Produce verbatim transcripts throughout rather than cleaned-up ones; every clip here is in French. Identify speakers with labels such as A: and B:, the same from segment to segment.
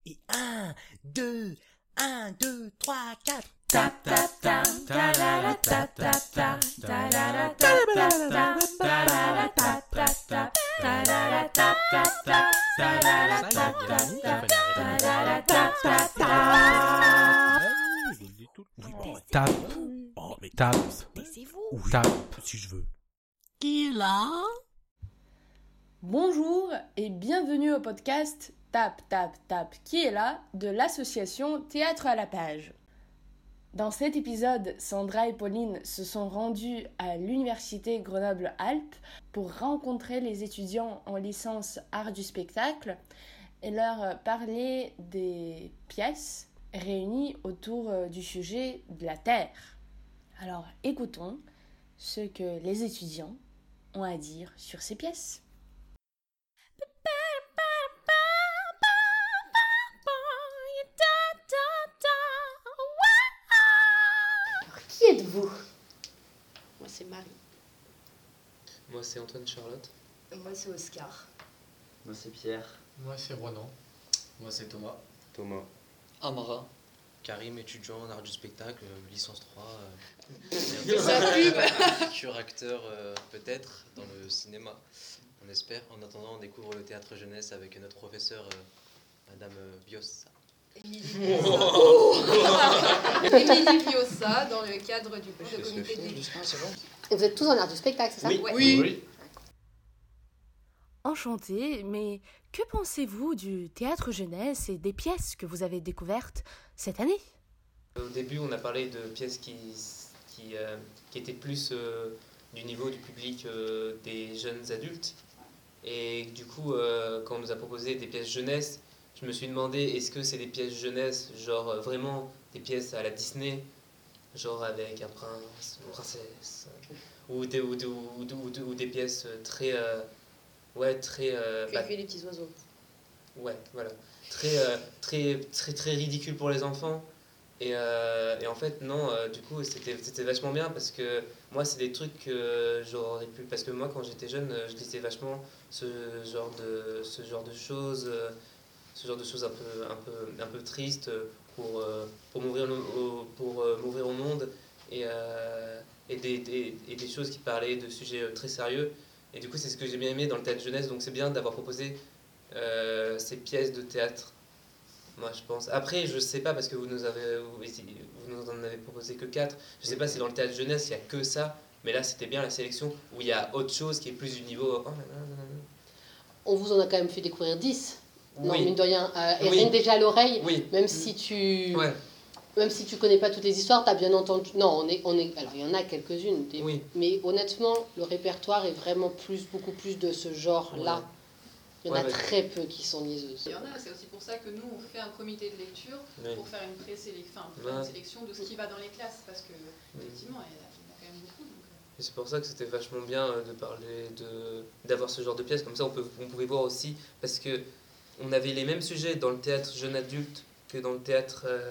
A: Et un, deux, un, deux, trois, quatre. Tap tap tap, ta la la tap tap tap, ta la la tap tap tap, ta la la tap tap tap, ta la la tap tap tap, ta la la tap tap tap, ta la la tap tap tap.
B: Tape.
A: Oh mais
B: Tape.
A: taisez-vous.
B: Ou tape.
A: Si je veux. Qui est là?
C: Bonjour et bienvenue au podcast Tape Tape Tape qui est là de l'association Théâtre à la Page. Dans cet épisode, Sandra et Pauline se sont rendues à l'université Grenoble-Alpes pour rencontrer les étudiants en licence art du spectacle et leur parler des pièces réunies autour du sujet de la Terre. Alors écoutons ce que les étudiants ont à dire sur ces pièces. Qui êtes-vous?
D: Moi, c'est Marie.
E: Moi, c'est Antoine Charlotte.
D: Moi, c'est Oscar.
F: Moi, c'est Pierre.
G: Moi, c'est Ronan. Moi, c'est Thomas.
F: Thomas.
H: Amara.
E: Karim, étudiant en art du spectacle, euh, licence trois.
D: C'est sa pub.
E: Futur acteur, euh, peut-être, dans le cinéma. On espère. En attendant, on découvre le théâtre jeunesse avec notre professeur, euh, Madame euh, Biossa.
D: Émilie Biossa. Émilie Biossa, dans le cadre du cours de comité d'éducation.
I: Et vous êtes tous en art du spectacle, c'est ça?
D: Oui.
G: Oui. oui.
C: Enchantée, mais que pensez-vous du théâtre jeunesse et des pièces que vous avez découvertes cette année?
E: Au début, on a parlé de pièces qui, qui, euh, qui étaient plus euh, du niveau du public euh, des jeunes adultes. Et du coup, euh, quand on nous a proposé des pièces jeunesse, je me suis demandé, est-ce que c'est des pièces jeunesse, genre euh, vraiment des pièces à la Disney, genre avec un prince, une princesse, ou des, ou, des- ou, des- ou des- ou des pièces très... euh, ouais, très... euh, bah,
D: Cueille les petits oiseaux.
E: ouais, voilà. Très, euh, très, très, très ridicule pour les enfants. Et, euh, et en fait, non, euh, du coup, c'était, c'était vachement bien parce que moi, c'est des trucs que j'aurais pu. Parce que moi, quand j'étais jeune, euh, je lisais vachement ce genre de, ce genre de choses, euh, ce genre de choses un peu, un peu, un peu tristes pour, euh, pour, m'ouvrir, le- au, pour euh, m'ouvrir au monde et, euh, et, des, des, et des choses qui parlaient de sujets euh, très sérieux. Et du coup, c'est ce que j'ai bien aimé dans le théâtre jeunesse. Donc, c'est bien d'avoir proposé euh, ces pièces de théâtre. Moi, je pense. Après, je sais pas parce que vous nous avez, vous, vous nous en avez proposé que quatre. Je sais pas si dans le théâtre jeunesse il y a que ça, mais là c'était bien la sélection où il y a autre chose qui est plus du niveau. Oh, nanana.
I: On vous en a quand même fait découvrir dix. Non,
E: Oui.
I: mine de rien. Euh, et
E: Oui.
I: rien que déjà à l'oreille,
E: Oui.
I: même si tu
E: Ouais.
I: même si tu connais pas toutes les histoires, tu as bien entendu. Non, on est, on est... Alors, il y en a quelques-unes. des-
E: Oui.
I: Mais honnêtement, le répertoire est vraiment plus, beaucoup plus de ce genre-là.
E: Ouais.
I: Il y en
E: Ouais,
I: a
E: ouais.
I: très peu qui sont niaiseuses.
D: Il y en a, c'est aussi pour ça que nous, on fait un comité de lecture
E: Oui.
D: pour faire une, pré-sélection, enfin, pour faire
E: Ouais.
D: une sélection de ce qui va dans les classes. Parce que, effectivement, il y en a, il y en a quand même beaucoup. Donc, euh,
E: Et c'est pour ça que c'était vachement bien euh, de parler de d'avoir ce genre de pièces comme ça. On peut on pouvait voir aussi parce que on avait les mêmes sujets dans le théâtre jeune adulte que dans le théâtre euh,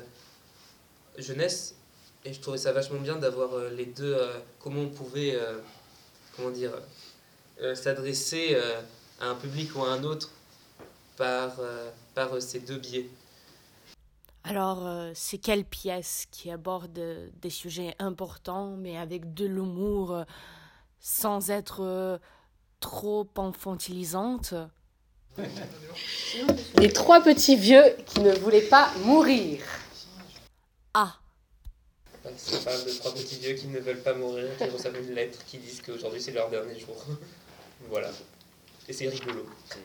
E: jeunesse. Et je trouvais ça vachement bien d'avoir euh, les deux, euh, comment on pouvait, euh, comment dire, euh, s'adresser euh, à un public ou à un autre par, euh, par euh, ces deux biais.
C: Alors, euh, c'est quelle pièce qui aborde euh, des sujets importants, mais avec de l'humour, euh, sans être euh, trop infantilisante? Les trois petits vieux qui ne voulaient pas mourir. Ah,
E: Ça parle de trois petits vieux qui ne veulent pas mourir, qui reçoivent une lettre qui disent qu'aujourd'hui c'est leur dernier jour. Voilà. Et c'est rigolo.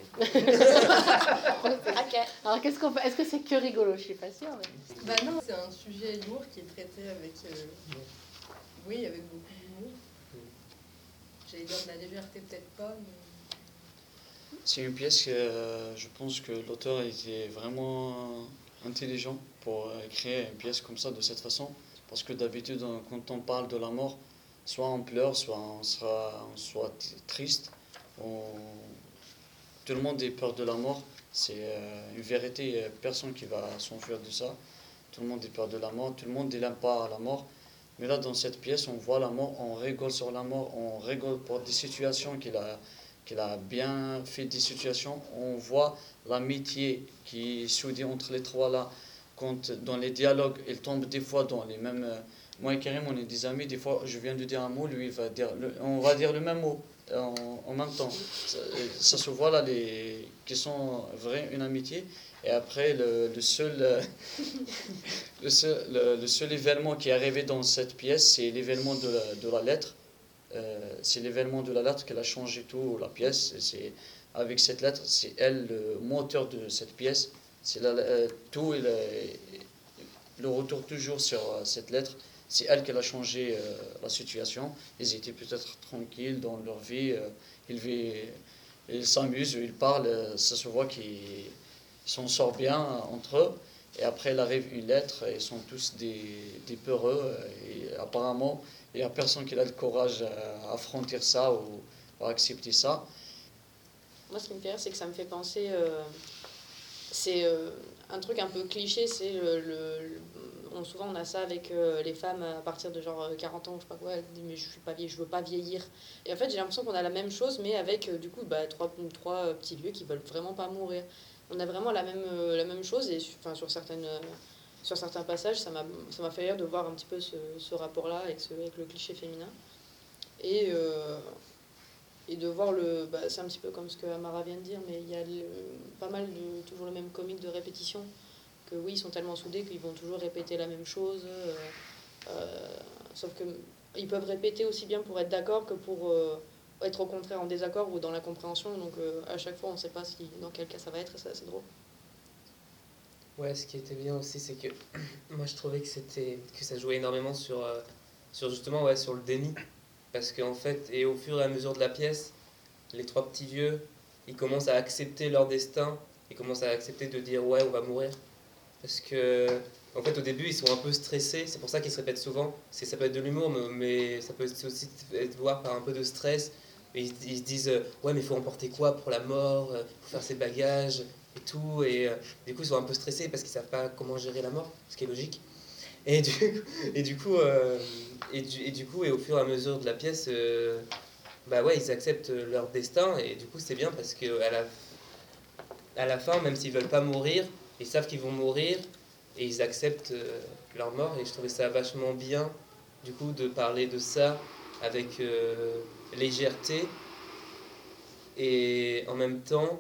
I: Alors, qu'est-ce qu'on peut... est-ce que c'est que rigolo? Je suis pas sûre. Mais...
J: Bah non, c'est un sujet lourd qui est traité avec, euh, oui, avec beaucoup d'humour. J'allais dire de la légèreté, peut-être pas, mais...
H: C'est une pièce que euh, je pense que l'auteur était vraiment intelligent pour euh, créer une pièce comme ça, de cette façon. Parce que d'habitude, on- quand on parle de la mort, soit on pleure, soit on sera, on soit t- triste. On- Tout le monde a peur de la mort. C'est euh, une vérité, il y a personne qui va s'enfuir de ça. Tout le monde a peur de la mort, tout le monde n'aime pas la mort. Mais là, dans cette pièce, on voit la mort, on rigole sur la mort, on rigole pour des situations qu'il a, qu'il a bien fait des situations. On voit l'amitié qui est soudée entre les trois là. Quand dans les dialogues, ils tombent des fois dans les mêmes... euh, moi et Karim, on est des amis, des fois je viens de dire un mot, lui il va dire... le- on va dire le même mot en, en même temps. Ça, ça se voit là, les, qui sont vraies une amitié. Et après, le, le seul, euh, le, seul, le, le seul événement qui est arrivé dans cette pièce, c'est l'événement de la, de la lettre. Euh, c'est l'événement de la lettre qui a changé tout, la pièce. C'est, avec cette lettre, c'est elle le moteur de cette pièce. C'est la, euh, tout et le, le retour toujours sur euh, cette lettre. C'est elle qui a changé euh, la situation. Ils étaient peut-être tranquilles dans leur vie. Euh, ils, vi- ils s'amusent, ils parlent. euh, Ça se voit qu'ils s'en sortent bien entre eux. Et après, il arrive une lettre et ils sont tous des, des peureux. Et apparemment, il n'y a personne qui a le courage à affronter ça ou à accepter ça.
D: Moi, ce qui me fait rire, c'est que ça me fait penser. euh, c'est euh, un truc un peu cliché, c'est le. le- le- on, souvent, on a ça avec euh, les femmes à partir de genre euh, quarante ans, je sais pas quoi, elles disent mais je suis pas vieille, je veux pas vieillir. Et en fait, j'ai l'impression qu'on a la même chose, mais avec euh, du coup bah, trois, trois euh, petits vieux qui veulent vraiment pas mourir. On a vraiment la même, euh, la même chose, et su- enfin, sur, certaines, euh, sur certains passages, ça m'a ça m'a fait rire de voir un petit peu ce, ce rapport-là avec, ce, avec le cliché féminin. Et. euh, et de voir le bah, c'est un petit peu comme ce que Amara vient de dire, mais il y a le- pas mal de toujours le même comique de répétition, que oui, ils sont tellement soudés qu'ils vont toujours répéter la même chose, euh, euh, sauf que ils peuvent répéter aussi bien pour être d'accord que pour euh, être au contraire en désaccord ou dans la compréhension, donc euh, à chaque fois on ne sait pas si, dans quel cas ça va être, et c'est assez drôle.
E: Ouais, ce qui était bien aussi, c'est que moi je trouvais que c'était que ça jouait énormément sur, euh, sur justement ouais, sur le déni. Parce qu'en fait, et au fur et à mesure de la pièce, les trois petits vieux, ils commencent à accepter leur destin, ils commencent à accepter de dire ouais, on va mourir. Parce que, en fait, au début, ils sont un peu stressés, c'est pour ça qu'ils se répètent souvent. C'est, ça peut être de l'humour, mais, mais ça peut aussi être voir par un peu de stress. Et ils, ils se disent euh, ouais, mais il faut emporter quoi pour la mort, il faut faire ses bagages et tout. Et euh, du coup, ils sont un peu stressés parce qu'ils savent pas comment gérer la mort, ce qui est logique. Et du, et du coup, euh, et, du, et du coup, et au fur et à mesure de la pièce, euh, bah ouais, ils acceptent leur destin et du coup, c'est bien parce que à la, à la fin, même s'ils veulent pas mourir, ils savent qu'ils vont mourir et ils acceptent euh, leur mort. Et je trouvais ça vachement bien, du coup, de parler de ça avec euh, légèreté et en même temps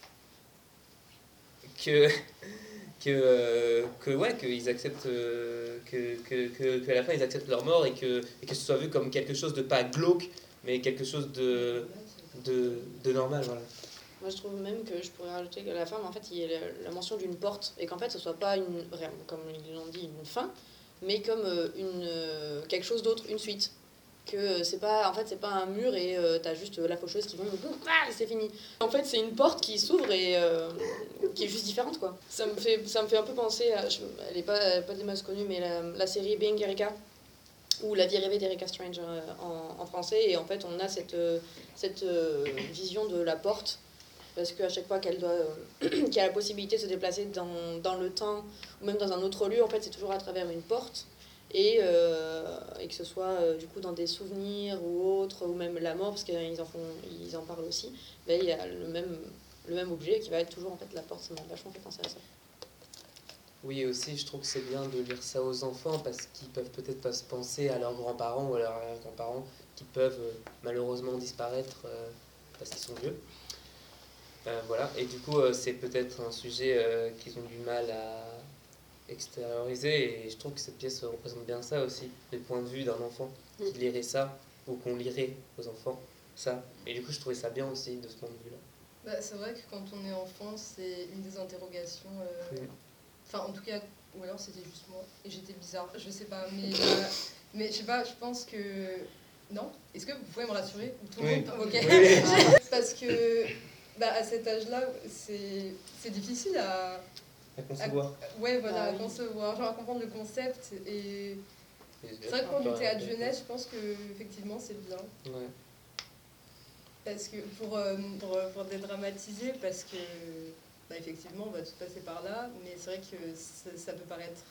E: que que, euh, que ouais, qu'ils acceptent, euh, que, que, que, qu'à la fin ils acceptent leur mort et que, et que ce soit vu comme quelque chose de pas glauque, mais quelque chose de, de, de normal. Voilà.
D: Moi, je trouve même que je pourrais rajouter qu'à la fin, en fait, il y a la, la mention d'une porte, et qu'en fait, ce soit pas une, comme ils l'ont dit, une fin, mais comme euh, une, euh, quelque chose d'autre, une suite. Que c'est pas, en fait, c'est pas un mur et euh, t'as juste la faucheuse qui vont, boum, ah, c'est fini. En fait, c'est une porte qui s'ouvre et euh, qui est juste différente, quoi. Ça me fait, ça me fait un peu penser à, je- elle est pas, pas des masses connues, mais la, la série Being Erica, ou La vie rêvée d'Erika Strange euh, en, en français, et en fait, on a cette, euh, cette euh, vision de la porte, parce qu'à chaque fois qu'elle doit, euh, qu'elle a la possibilité de se déplacer dans, dans le temps, ou même dans un autre lieu, en fait, c'est toujours à travers une porte. Et, euh, et que ce soit euh, du coup dans des souvenirs ou autres, ou même la mort, parce qu'ils en, font, ils en parlent aussi, ben, il y a le même, le même objet qui va être toujours en fait la porte. Ça m'a vachement fait penser à ça.
E: Oui, et aussi, je trouve que c'est bien de lire ça aux enfants parce qu'ils peuvent peut-être pas se penser à leurs grands-parents ou à leurs grands-parents qui peuvent euh, malheureusement disparaître euh, parce qu'ils sont vieux. Euh, voilà, et du coup, euh, c'est peut-être un sujet euh, qu'ils ont du mal à extérioriser et je trouve que cette pièce représente bien ça aussi, les points de vue d'un enfant qui lirait ça ou qu'on lirait aux enfants ça. Et du coup, je trouvais ça bien aussi de ce point de vue-là.
J: Bah, c'est vrai que quand on est enfant, c'est une des interrogations. euh,
E: Mm.
J: Enfin, en tout cas, ou alors c'était juste moi. Et j'étais bizarre, je sais pas. Mais, euh, mais je sais pas, je pense que. Non. Est-ce que vous pouvez me rassurer? Tout le
E: Oui.
J: monde Ok.
E: Oui.
J: Parce que bah, à cet âge-là, c'est c'est difficile à.
E: À concevoir.
J: Ouais, voilà,
D: Ah
J: à
D: oui.
J: concevoir, genre à comprendre le concept. Et c'est vrai que quand j'étais à jeunesse, je pense que effectivement c'est bien.
E: Ouais.
J: Parce que pour, euh, pour, pour dédramatiser, parce que bah, effectivement on va tout passer par là, mais c'est vrai que ça, ça peut paraître.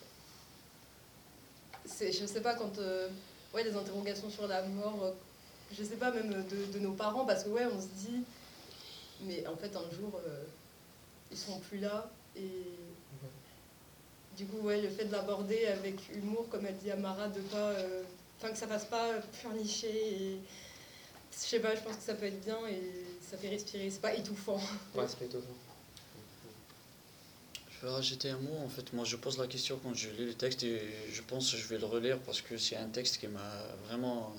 J: C'est, je sais pas, quand. Euh, ouais, des interrogations sur la mort, euh, je sais pas, même de, de nos parents, parce que ouais, on se dit. mais en fait, un jour, euh, ils seront plus là. Et du coup, ouais, le fait de l'aborder avec humour, comme elle dit Amara, de pas, euh, enfin que ça fasse pas pleurnicher. Et je sais pas, je pense que ça peut être bien et ça fait respirer. C'est pas étouffant.
E: Ouais, c'est pas étonnant.
H: Je vais rajouter un mot. En fait, moi, je pose la question quand je lis le texte et je pense que je vais le relire parce que c'est un texte qui m'a vraiment...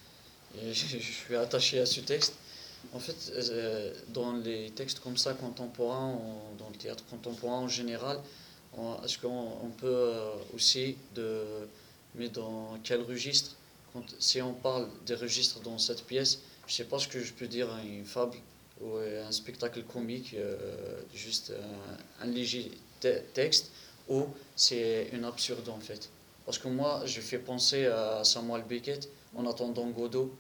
H: et Je je suis attaché à ce texte. En fait, euh, dans les textes comme ça, contemporains, en- dans le théâtre contemporain en général, on- est-ce qu'on on peut euh, aussi, de, mais dans quel registre quand, si on parle des registres dans cette pièce, je ne sais pas ce que je peux dire, une fable ou un spectacle comique, euh, juste un, un léger te- texte, ou c'est une absurde en fait. Parce que moi, je fais penser à Samuel Beckett en attendant Godot.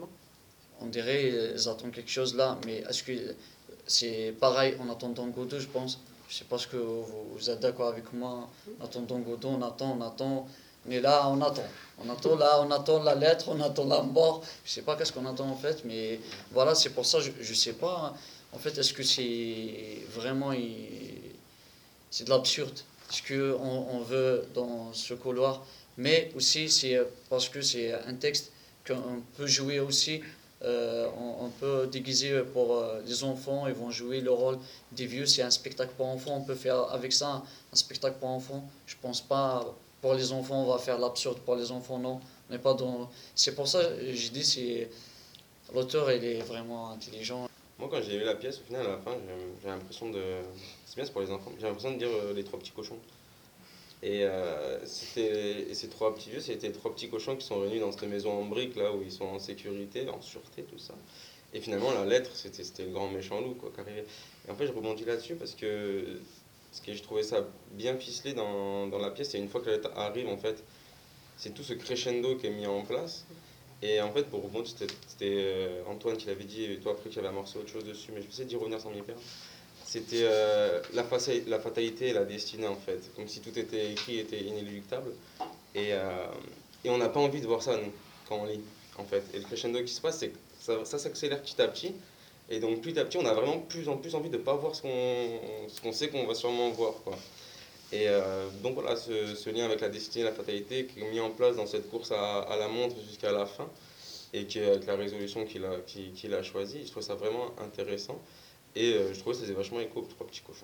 H: On dirait qu'ils attendent quelque chose là, mais est-ce que c'est pareil en attendant Godot, je pense. Je sais pas ce que vous, vous êtes d'accord avec moi. En attendant Godot, on attend, on attend. Mais là, on attend. On attend là, on attend la lettre, on attend la mort. Je sais pas qu'est-ce qu'on attend en fait, mais voilà, c'est pour ça, je, je sais pas. En fait, est-ce que c'est vraiment... il- c'est de l'absurde. Ce qu'on on veut dans ce couloir. Mais aussi, c'est parce que c'est un texte qu'on peut jouer aussi. Euh, on, on peut déguiser pour euh, les enfants, ils vont jouer le rôle des vieux. C'est un spectacle pour enfants, on peut faire avec ça un, un spectacle pour enfants. Je pense pas pour les enfants, on va faire l'absurde. Pour les enfants, non. On n'est pas dans... C'est pour ça que j'ai dit, c'est l'auteur, il est vraiment intelligent.
B: Moi, quand j'ai lu la pièce, au final, à la fin, j'ai j'ai l'impression de... C'est bien, c'est pour les enfants. J'ai l'impression de dire euh, les trois petits cochons. Et, euh, c'était, et ces trois petits vieux, c'était trois petits cochons qui sont venus dans cette maison en briques, là où ils sont en sécurité, en sûreté, tout ça. Et finalement, la lettre, c'était, c'était le grand méchant loup, quoi, qui arrivait. Et en fait, je rebondis là-dessus parce que, parce que je trouvais ça bien ficelé dans, dans la pièce. Et une fois que la lettre arrive, en fait, c'est tout ce crescendo qui est mis en place. Et en fait, pour rebondir, c'était, c'était euh, Antoine qui l'avait dit, et toi après qui avait amorcé autre chose dessus, mais je vais essayer d'y revenir sans m'y perdre. C'était euh, la, faci- la fatalité et la destinée, en fait. Comme si tout était écrit, était inéluctable. Et, euh, et on n'a pas envie de voir ça, nous, quand on lit, en fait. Et le crescendo qui se passe, c'est que ça, ça s'accélère petit à petit. Et donc, petit à petit, on a vraiment plus en plus envie de ne pas voir ce qu'on, ce qu'on sait qu'on va sûrement voir, quoi. Et euh, donc, voilà, ce, ce lien avec la destinée et la fatalité qui est mis en place dans cette course à, à la montre jusqu'à la fin, et qui, avec la résolution qu'il a, qu'il, qu'il a choisie, je trouve ça vraiment intéressant. Et euh, je trouve que ça faisait vachement écho aux trois petits cochons.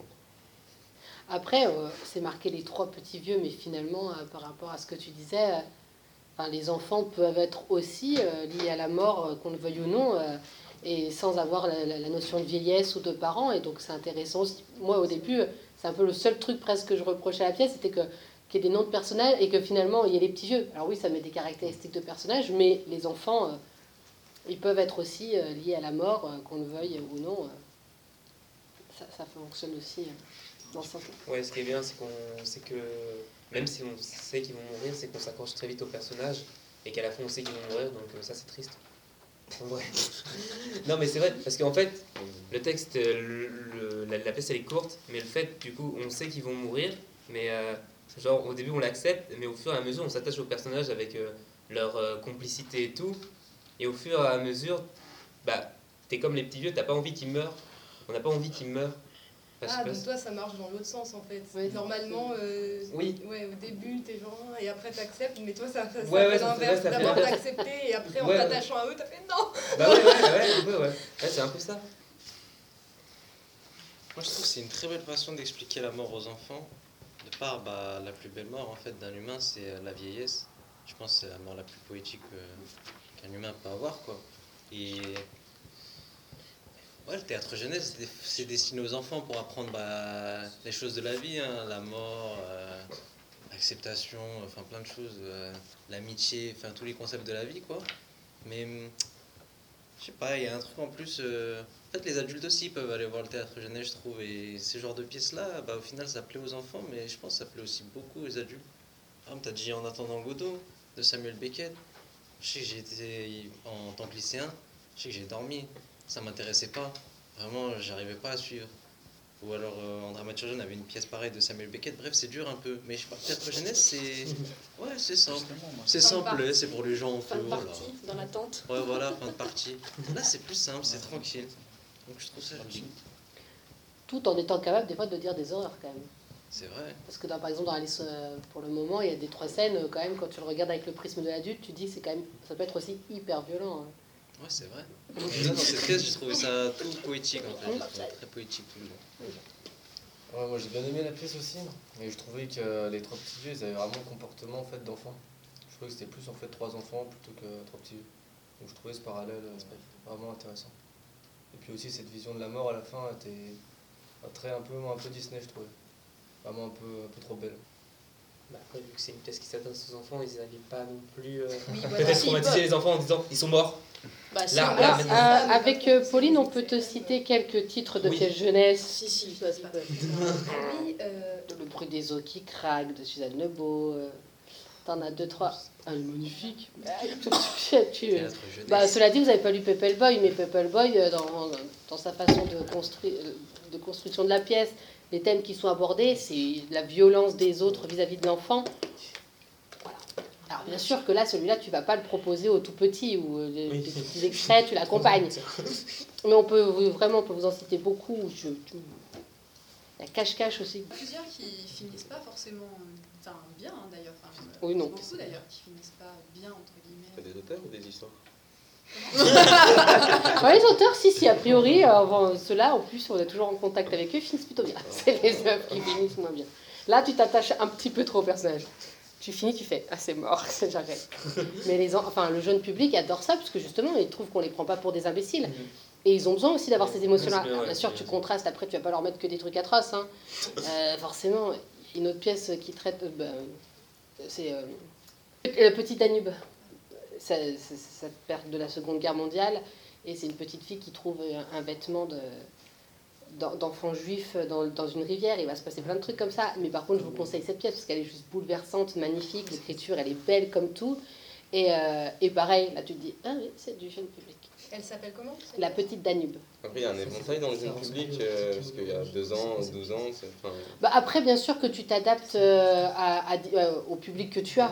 I: Après, euh, c'est marqué les trois petits vieux, mais finalement, euh, par rapport à ce que tu disais, euh, enfin, les enfants peuvent être aussi euh, liés à la mort, euh, qu'on le veuille ou non, euh, et sans avoir la, la- la notion de vieillesse ou de parents. Et donc, c'est intéressant aussi. Moi, au début, euh, c'est un peu le seul truc presque que je reprochais à la pièce, c'était que qu'il y ait des noms de personnages et que finalement, il y ait les petits vieux. Alors oui, ça met des caractéristiques de personnages, mais les enfants, euh, ils peuvent être aussi euh, liés à la mort, euh, qu'on le veuille ou non. euh. Ça, ça fonctionne aussi euh, dans ce sens-là.
E: Ouais, ce qui est bien, c'est qu'on, c'est que même si on sait qu'ils vont mourir, c'est qu'on s'accroche très vite au personnage et qu'à la fin on sait qu'ils vont mourir, donc euh, ça c'est triste. En vrai. Non, mais c'est vrai, parce qu'en fait, le texte, euh, le, le- la, la pièce elle est courte, mais le fait, du coup, on sait qu'ils vont mourir, mais euh, genre au début on l'accepte, mais au fur et à mesure on s'attache au personnage avec euh, leur euh, complicité et tout, et au fur et à mesure, bah, t'es comme les petits vieux, t'as pas envie qu'ils meurent. On n'a pas envie qu'il meure. Parce
J: Ah,
E: que-
J: donc toi, ça marche dans l'autre sens en fait.
I: Oui.
J: Normalement, euh,
E: Oui.
J: ouais, au début, t'es genre, ah, et après t'acceptes, mais toi, ça, ça, ça
E: Ouais, ouais,
J: fait
E: ça fait-
J: l'inverse.
E: ouais, ça fait
J: D'abord
E: l'inverse.
J: t'accepter, et après, en
E: Ouais, ouais.
J: t'attachant à eux, t'as fait non.
E: Bah ouais, ouais, ouais, un peu, ouais. Ouais, c'est un peu ça.
F: Moi, je trouve que c'est une très belle façon d'expliquer la mort aux enfants. De part, bah, la plus belle mort en fait d'un humain, c'est euh, la vieillesse. Je pense que c'est la mort la plus poétique euh, qu'un humain peut avoir, quoi. Et ouais, le théâtre jeunesse, c'est des- c'est destiné aux enfants pour apprendre bah, les choses de la vie, hein, la mort, euh, l'acceptation, enfin plein de choses, euh, l'amitié, enfin tous les concepts de la vie, quoi. Mais hum, je sais pas, il y a un truc en plus. euh, En fait, les adultes aussi peuvent aller voir le théâtre jeunesse, je trouve. Et ce genre de pièces-là, bah, au final, ça plaît aux enfants, mais je pense que ça plaît aussi beaucoup aux adultes. Par exemple, t'as dit En attendant Godot de Samuel Beckett. Je sais que j'ai été en tant que lycéen, je sais que j'ai dormi. Ça m'intéressait pas. Vraiment, j'arrivais pas à suivre. Ou alors euh, en dramaturgie, on avait une pièce pareille de Samuel Beckett. Bref, c'est dur un peu. Mais je sais pas, théâtre jeunesse, c'est. Ouais, c'est simple. C'est
D: Fin de
F: simple,
D: partie.
F: c'est pour les gens. On
D: Fin
F: fait,
D: de
F: voilà.
D: partie, dans l'attente.
F: Ouais, voilà, fin de partie. Là, c'est plus simple, c'est tranquille. Donc je trouve ça gentil.
I: Tout en étant capable des fois de dire des horreurs quand même.
F: C'est vrai.
I: Parce que dans, par exemple dans Alice, euh, pour le moment, il y a des trois scènes euh, quand même quand tu le regardes avec le prisme de l'adulte, tu dis que c'est quand même, ça peut être aussi hyper violent. Hein.
F: Ouais, c'est vrai. Et là, dans cette pièce, j'ai trouvé ça tout poétique en fait. J'ai trouvé très poétique tout le long.
G: Ouais, moi j'ai bien aimé la pièce aussi, et je trouvais que les trois petits vieux, ils avaient vraiment le comportement en fait d'enfants. Je trouvais que c'était plus en fait trois enfants plutôt que trois petits vieux. Donc je trouvais ce parallèle euh, vraiment intéressant. Et puis aussi cette vision de la mort à la fin était un trait un peu, un peu Disney, je trouvais. Vraiment un peu, un peu trop belle.
E: Bah après, vu que c'est une pièce qui s'adresse aux enfants, ils n'allaient pas non plus euh,
J: Oui, voilà,
E: peut-être
J: si,
E: traumatiser
J: ils
E: les enfants en disant ils sont morts.
D: Bah, si,
E: Là,
D: on
E: là,
D: peut-
I: Alors,
E: maintenant.
I: euh, avec euh, Pauline, on peut te citer quelques titres de
E: Oui.
I: pièces jeunesse.
D: Si, si, ils peuvent, ils peuvent.
J: Oui, euh,
I: Le bruit des eaux qui craquent de Suzanne Lebeau. euh, T'en as deux, trois. Ah, le magnifique. tu, tu-
F: Théâtre jeunesse.
I: Bah, cela dit, vous n'avez pas lu Pepple Boy, mais Pepple Boy, euh, dans, dans sa façon de, construire, de construction de la pièce, les thèmes qui sont abordés, c'est la violence des autres vis-à-vis de l'enfant. Voilà. Alors, bien sûr que là, celui-là, tu vas pas le proposer aux tout petits, ou euh, les,
E: Oui.
I: les petits extraits, tu l'accompagnes. Mais on peut vous- vraiment, on peut vous en citer beaucoup. Je, tu- Il y a Cache-Cache aussi.
K: Plusieurs qui finissent pas forcément euh, enfin, bien hein, d'ailleurs. Enfin,
I: Oui, non.
K: Beaucoup d'ailleurs qui finissent pas bien entre guillemets.
B: T'as des auteurs ou des histoires?
I: Ouais, les auteurs, si, si, a priori, euh, bon, ceux-là, en plus, on est toujours en contact avec eux, finissent plutôt bien. C'est les œuvres qui finissent moins bien. Là, tu t'attaches un petit peu trop au personnage. Tu finis, tu fais, ah, c'est mort, j'arrête. Mais les, en- enfin, le jeune public adore ça, parce que justement, ils trouvent qu'on les prend pas pour des imbéciles. Et ils ont besoin aussi d'avoir ces émotions-là.
E: Ouais, c'est bien,
I: Bien
E: ouais,
I: sûr,
E: c'est
I: tu
E: bien.
I: contrastes, après, tu vas pas leur mettre que des trucs atroces. Hein. Euh, forcément, une autre pièce qui traite, euh, ben, c'est euh, Le Petit Danube. Ça, ça, ça perd de la Seconde Guerre mondiale, et c'est une petite fille qui trouve un, un vêtement de, d'en- d'enfant juif dans, dans une rivière. Il va se passer plein de trucs comme ça. Mais par contre, je vous conseille cette pièce, parce qu'elle est juste bouleversante, magnifique, l'écriture, elle est belle comme tout. Et, euh, et pareil, là, tu te dis, ah oui, c'est du jeune public.
J: elle s'appelle comment cette
I: La
J: pièce
I: Petite Danube.
B: Après, il y a un éventail dans le jeune public, euh, parce qu'il y a deux ans, douze ans, c'est... Enfin,
I: Bah après, bien sûr que tu t'adaptes euh, à, à- euh, au public que tu as.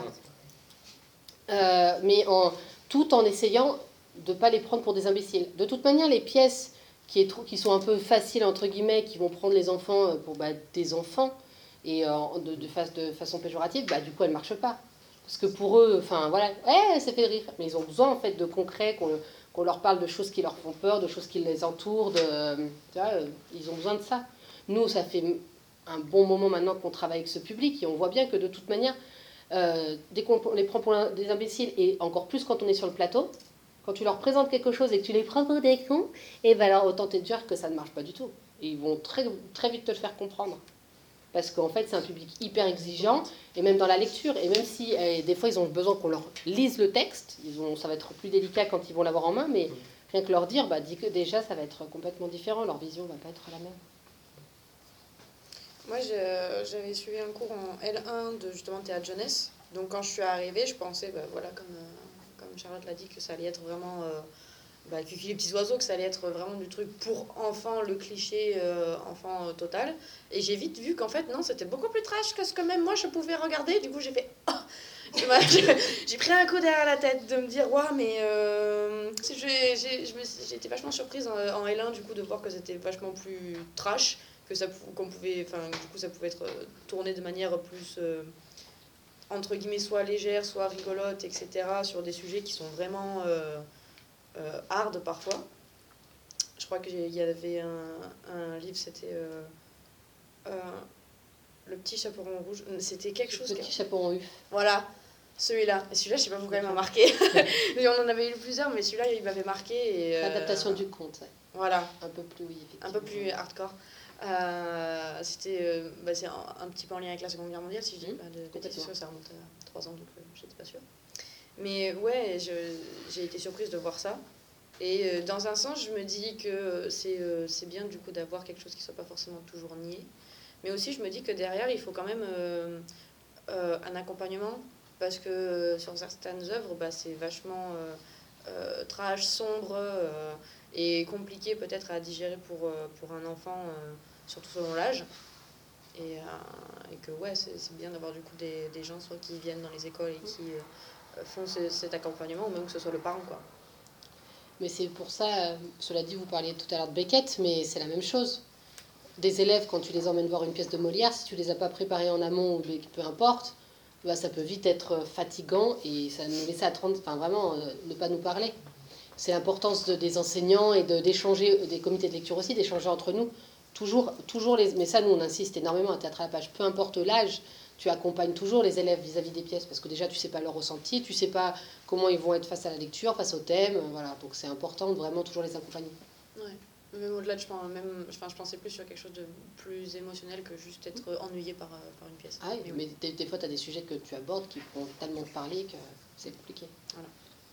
I: Euh, mais en, tout en essayant de ne pas les prendre pour des imbéciles. De toute manière, les pièces qui, est trop- qui sont un peu faciles, entre guillemets, qui vont prendre les enfants euh, pour bah, des enfants, et euh, de, de, fa- de façon péjorative, bah, du coup, elles ne marchent pas. Parce que pour eux, enfin voilà, ouais, ça fait rire. Mais ils ont besoin en fait de concret, qu'on qu'on leur parle de choses qui leur font peur, de choses qui les entourent. De, tu vois, euh, ils ont besoin de ça. Nous, ça fait un bon moment maintenant qu'on travaille avec ce public, et on voit bien que de toute manière, euh, dès qu'on les prend pour un- des imbéciles, et encore plus quand on est sur le plateau, quand tu leur présentes quelque chose et que tu les prends pour des cons, et ben alors autant te dire que ça ne marche pas du tout. Et ils vont très, très vite te le faire comprendre. Parce qu'en fait, c'est un public hyper exigeant, et même dans la lecture, et même si euh, des fois ils ont besoin qu'on leur lise le texte, ils ont, ça va être plus délicat quand ils vont l'avoir en main, mais rien que leur dire, bah, dis que déjà ça va être complètement différent, leur vision va pas être la même.
D: Moi, je- j'avais suivi un cours en L un de justement théâtre jeunesse. Donc, quand je suis arrivée, je pensais, bah, voilà, comme, euh, comme Charlotte l'a dit, que ça allait être vraiment euh, bah, Kiki les petits oiseaux, que ça allait être vraiment du truc pour enfants, le cliché euh, enfant euh, total. Et j'ai vite vu qu'en fait, non, c'était beaucoup plus trash que ce que même moi je pouvais regarder. Du coup, j'ai fait. Oh Tu vois, j'ai j'ai pris un coup derrière la tête de me dire, waouh, mais euh, c'est- j'ai j'ai- je me suis- j'ai été vachement surprise en, en L un du coup de voir que c'était vachement plus trash, que ça pou- qu'on pouvait, enfin du coup ça pouvait être euh, tourné de manière plus euh, entre guillemets soit légère, soit rigolote, et cetera sur des sujets qui sont vraiment euh, euh, hard parfois. Je crois qu'il y avait un, un livre, c'était euh, euh, Le Petit Chaperon Rouge. C'était quelque chose.
I: Petit chaperon U.
D: Voilà, celui-là. Et celui-là, je sais pas pourquoi il m'a marqué. Mais on en avait eu plusieurs, mais celui-là, il m'avait marqué. Et, euh,
I: L'adaptation du conte, ouais.
D: Voilà,
I: Un peu plus, oui, effectivement.
D: un peu plus hardcore. Euh, c'était euh, bah, c'est un, un petit peu en lien avec la Seconde Guerre mondiale, si je dis
I: Mmh,
D: pas de bêtises,
I: complètement.
D: parce que ça remonte à trois ans, donc euh, j'étais pas sûre. Mais ouais, je- j'ai été surprise de voir ça. Et euh, dans un sens, je me dis que c'est euh, c'est bien du coup d'avoir quelque chose qui soit pas forcément toujours nié. Mais aussi, je me dis que derrière, il faut quand même euh, euh, un accompagnement, parce que euh, sur certaines œuvres, bah, c'est vachement euh, euh, trash, sombre euh, et compliqué peut-être à digérer pour, euh, pour un enfant, euh, surtout selon l'âge. Et, euh, et que ouais, c'est c'est bien d'avoir du coup des, des gens soit qui viennent dans les écoles et qui euh, font ce- cet accompagnement, ou même que ce soit le parent, quoi.
I: Mais c'est pour ça, euh, cela dit, vous parliez tout à l'heure de Beckett, mais c'est la même chose. Des élèves, quand tu les emmènes voir une pièce de Molière, si tu les as pas préparés en amont ou peu importe, bah, ça peut vite être fatigant et ça nous laisse attendre, enfin vraiment, euh, ne pas nous parler. C'est l'importance de, des enseignants et de, d'échanger, des comités de lecture aussi, d'échanger entre nous. Toujours, toujours les, mais ça, nous, on insiste énormément à Théâtre à la page. Peu importe l'âge, tu accompagnes toujours les élèves vis-à-vis des pièces parce que déjà, tu sais pas leur ressenti, tu sais pas comment ils vont être face à la lecture, face au thème. Voilà, donc c'est important de vraiment toujours les accompagner.
D: Ouais. Même au-delà, je, pense, même, enfin, je pensais plus sur quelque chose de plus émotionnel que juste être ennuyé par, par une pièce.
I: Ah oui,
D: mais,
I: mais
D: oui.
I: des, des fois, tu as des sujets que tu abordes qui vont tellement te parler que c'est compliqué.
D: Voilà.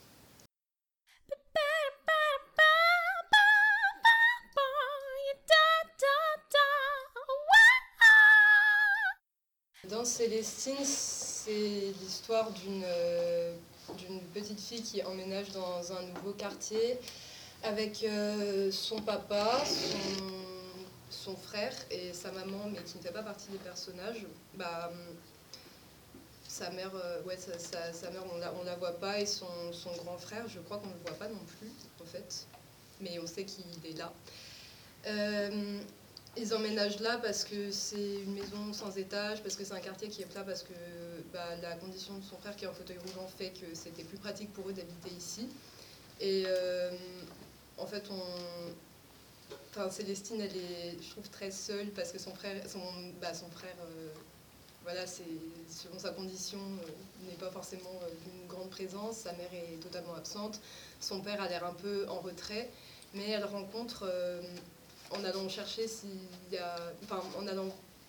J: Dans Célestine, c'est l'histoire d'une euh, d'une petite fille qui emménage dans un nouveau quartier avec euh, son papa, son, son frère et sa maman, mais qui ne fait pas partie des personnages. Bah, sa mère, euh, ouais, sa, sa, sa mère, on la, on la voit pas, et son, son grand frère, je crois qu'on ne le voit pas non plus, en fait, mais on sait qu'il est là. Euh, Ils emménagent là parce que c'est une maison sans étage, parce que c'est un quartier qui est plat, parce que bah, la condition de son frère qui est en fauteuil roulant fait que c'était plus pratique pour eux d'habiter ici. Et euh, en fait, on... enfin, Célestine, elle est, je trouve, très seule parce que son frère, son, bah, son frère euh, voilà, c'est, selon sa condition, euh, n'est pas forcément euh, d'une grande présence. Sa mère est totalement absente. Son père a l'air un peu en retrait, mais elle rencontre... Euh, en allant chercher s'il y a, enfin, en allant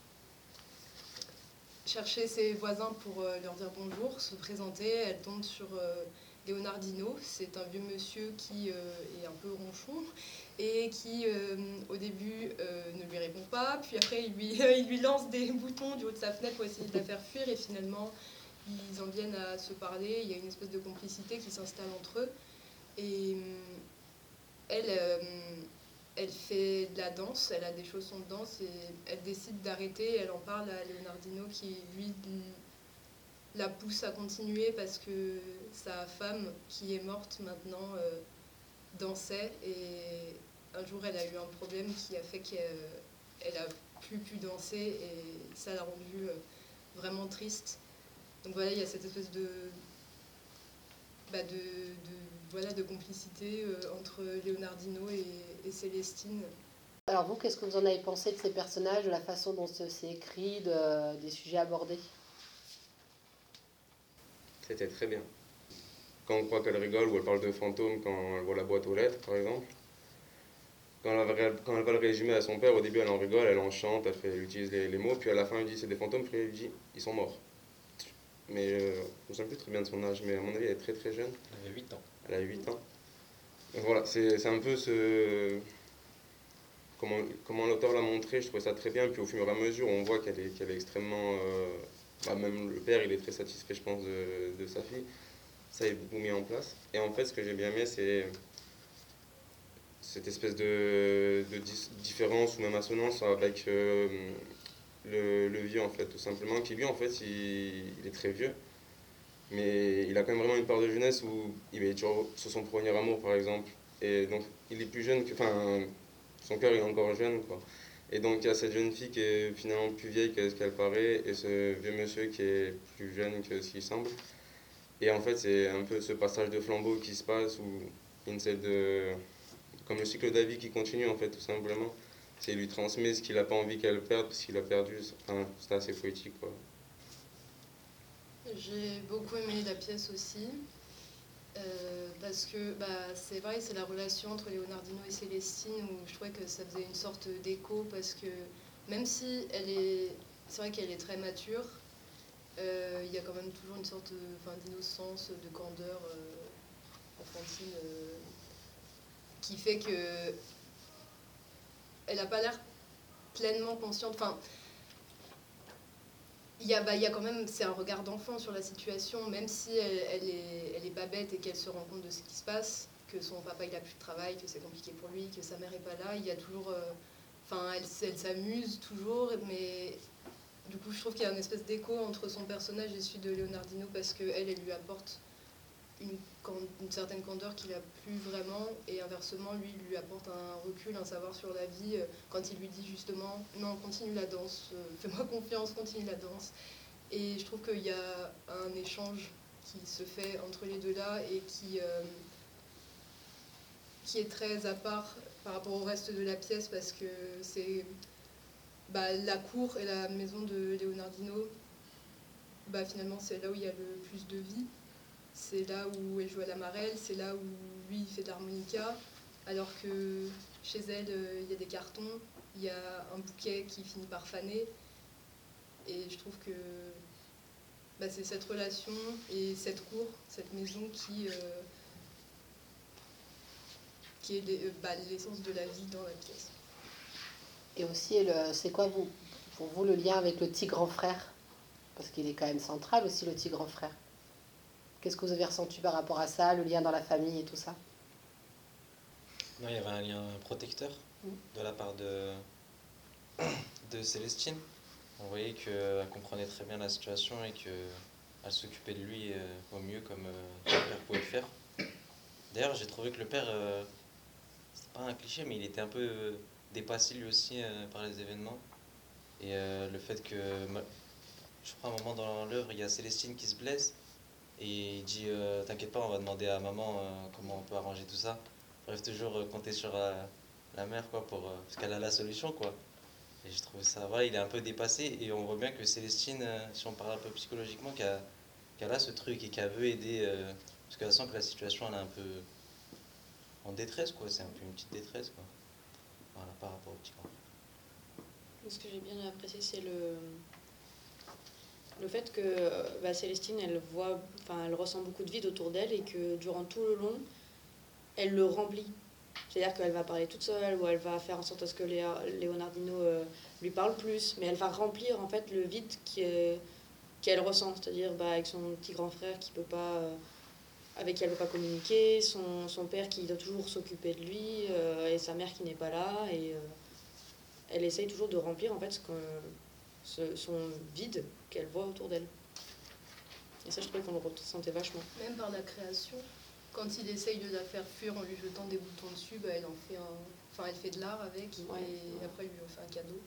J: chercher ses voisins pour euh, leur dire bonjour, se présenter, elle tombe sur euh, Leonardino. C'est un vieux monsieur qui euh, est un peu ronchon et qui, euh, au début, euh, ne lui répond pas. Puis après, il lui, il lui lance des boutons du haut de sa fenêtre pour essayer de la faire fuir. Et finalement, ils en viennent à se parler. Il y a une espèce de complicité qui s'installe entre eux. Et elle... Euh, Elle fait de la danse, elle a des chaussons de danse et elle décide d'arrêter. Elle en parle à Leonardino qui, lui, la pousse à continuer parce que sa femme, qui est morte maintenant, euh, dansait. Et un jour, elle a eu un problème qui a fait qu'elle a plus pu danser et ça l'a rendue vraiment triste. Donc voilà, il y a cette espèce de... Bah de, de, voilà, de complicité euh, entre Leonardino et, et Célestine.
I: Alors vous, qu'est-ce que vous en avez pensé de ces personnages, de la façon dont c'est écrit, de, des sujets abordés?
B: C'était très bien. Quand on croit qu'elle rigole ou elle parle de fantômes quand elle voit la boîte aux lettres, par exemple, quand elle, va, quand elle va le résumer à son père, au début elle en rigole, elle en chante, elle, fait, elle utilise les, les mots, puis à la fin elle dit c'est des fantômes, puis elle lui dit ils sont morts. Mais euh, je ne me souviens plus très bien de son âge, mais à mon avis elle est très très jeune.
F: Elle a huit ans.
B: Elle a huit ans. Donc voilà, c'est un peu ce... Comment, comment l'auteur l'a montré, je trouvais ça très bien. Puis au fur et à mesure, on voit qu'elle est, qu'elle est extrêmement... Euh, bah même le père, il est très satisfait, je pense, de, de sa fille. Ça est beaucoup mis en place. Et en fait, ce que j'ai bien aimé, c'est cette espèce de, de dis, différence ou même assonance avec euh, le, le vieux, en fait, tout simplement. Qui lui, en fait, il, il est très vieux. Mais il a quand même vraiment une part de jeunesse où il est toujours sur son premier amour, par exemple. Et donc, il est plus jeune que... Enfin, son cœur est encore jeune, quoi. Et donc, il y a cette jeune fille qui est finalement plus vieille que ce qu'elle paraît, et ce vieux monsieur qui est plus jeune que ce qu'il semble. Et en fait, c'est un peu ce passage de flambeau qui se passe, où il y a une sorte de... Comme le cycle de la vie qui continue, en fait, tout simplement. C'est lui transmet ce qu'il n'a pas envie qu'elle perde, parce qu'il a perdu. Enfin, c'est assez poétique, quoi.
J: J'ai beaucoup aimé la pièce aussi, euh, parce que bah, c'est vrai, c'est la relation entre Leonardino et Célestine où je trouvais que ça faisait une sorte d'écho, parce que même si elle est, c'est vrai qu'elle est très mature, euh, il y a quand même toujours une sorte enfin, d'innocence, de candeur euh, enfantine euh, qui fait que elle n'a pas l'air pleinement consciente. Enfin, Il y, a, bah, il y a quand même, c'est un regard d'enfant sur la situation, même si elle, elle, est, elle est pas bête et qu'elle se rend compte de ce qui se passe, que son papa il a plus de travail, que c'est compliqué pour lui, que sa mère est pas là, il y a toujours, enfin euh, elle, elle s'amuse toujours, mais du coup je trouve qu'il y a une espèce d'écho entre son personnage et celui de Leonardino parce que elle, elle lui apporte une, can- une certaine candeur qu'il a plus vraiment, et inversement, lui, il lui apporte un recul, un savoir sur la vie, euh, quand il lui dit justement, non, continue la danse, euh, fais-moi confiance, continue la danse. Et je trouve qu'il y a un échange qui se fait entre les deux là, et qui, euh, qui est très à part par rapport au reste de la pièce, parce que c'est bah, la cour et la maison de Leonardino, bah, finalement c'est là où il y a le plus de vie. C'est là où elle joue à la marelle, c'est là où lui il fait de l'harmonica, alors que chez elle euh, il y a des cartons, il y a un bouquet qui finit par faner. Et je trouve que bah, c'est cette relation et cette cour, cette maison qui, euh, qui est les- euh, bah, l'essence de la vie dans la pièce.
I: Et aussi, le- c'est quoi vous, pour vous le lien avec le petit grand frère? Parce qu'il est quand même central aussi, le petit grand frère. Qu'est-ce que vous avez ressenti par rapport à ça, le lien dans la famille et tout ça?
F: Non, il y avait un lien protecteur
I: Mm.
F: de la part de, de Célestine. On voyait qu'elle comprenait très bien la situation et qu'elle s'occupait de lui euh, au mieux comme euh, le père pouvait le faire. D'ailleurs, j'ai trouvé que le père, euh, c'est pas un cliché, mais il était un peu euh, dépassé lui aussi euh, par les événements. Et euh, le fait que, ma- je crois à un moment dans l'œuvre, il y a Célestine qui se blesse et il dit euh, t'inquiète pas, on va demander à maman euh, comment on peut arranger tout ça. Bref, toujours euh, compter sur euh, la mère quoi, pour, euh, parce qu'elle a la solution quoi. Et je trouve ça, voilà, il est un peu dépassé et on voit bien que Célestine, euh, si on parle un peu psychologiquement, qu'elle qu'elle a ce truc et qu'elle veut aider, euh, parce qu'elle sent que la situation elle est un peu en détresse quoi, c'est un peu une petite détresse quoi. Voilà, par rapport au petit grand.
D: Ce que j'ai bien apprécié, c'est le, le fait que euh, bah, Célestine, elle voit, enfin, elle ressent beaucoup de vide autour d'elle et que durant tout le long, elle le remplit. C'est-à-dire qu'elle va parler toute seule ou elle va faire en sorte à ce que Léa- Leonardino euh, lui parle plus, mais elle va remplir en fait le vide qui est- qu'elle ressent, c'est-à-dire bah, avec son petit grand frère qui peut pas, euh, avec qui elle ne peut pas communiquer, son, son père qui doit toujours s'occuper de lui euh, et sa mère qui n'est pas là, et euh, elle essaye toujours de remplir en fait ce que, ce- son vide qu'elle voit autour d'elle. Et ça, je trouvais qu'on le ressentait vachement.
J: Même par la création, quand il essaye de la faire fuir en lui jetant des boutons dessus, bah, elle en fait un... enfin, elle fait de l'art avec,
D: Ouais.
J: et après, il lui en fait un cadeau.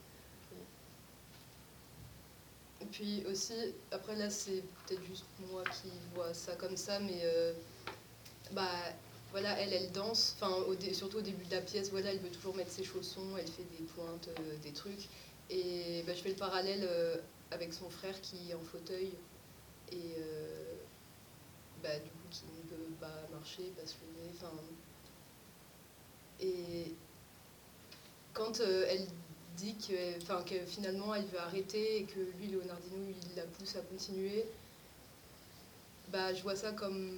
J: Et puis aussi, après là, c'est peut-être juste moi qui vois ça comme ça, mais euh, bah, voilà, elle, elle danse, enfin, au dé- surtout au début de la pièce, voilà, elle veut toujours mettre ses chaussons, elle fait des pointes, euh, des trucs. Et bah, je fais le parallèle euh, avec son frère qui est en fauteuil et euh, bah, du coup qui ne peut pas marcher, pas se lever, enfin. Et quand euh, elle dit que, enfin, que finalement elle veut arrêter et que lui, Leonardino, il la pousse à continuer, bah, je vois ça comme,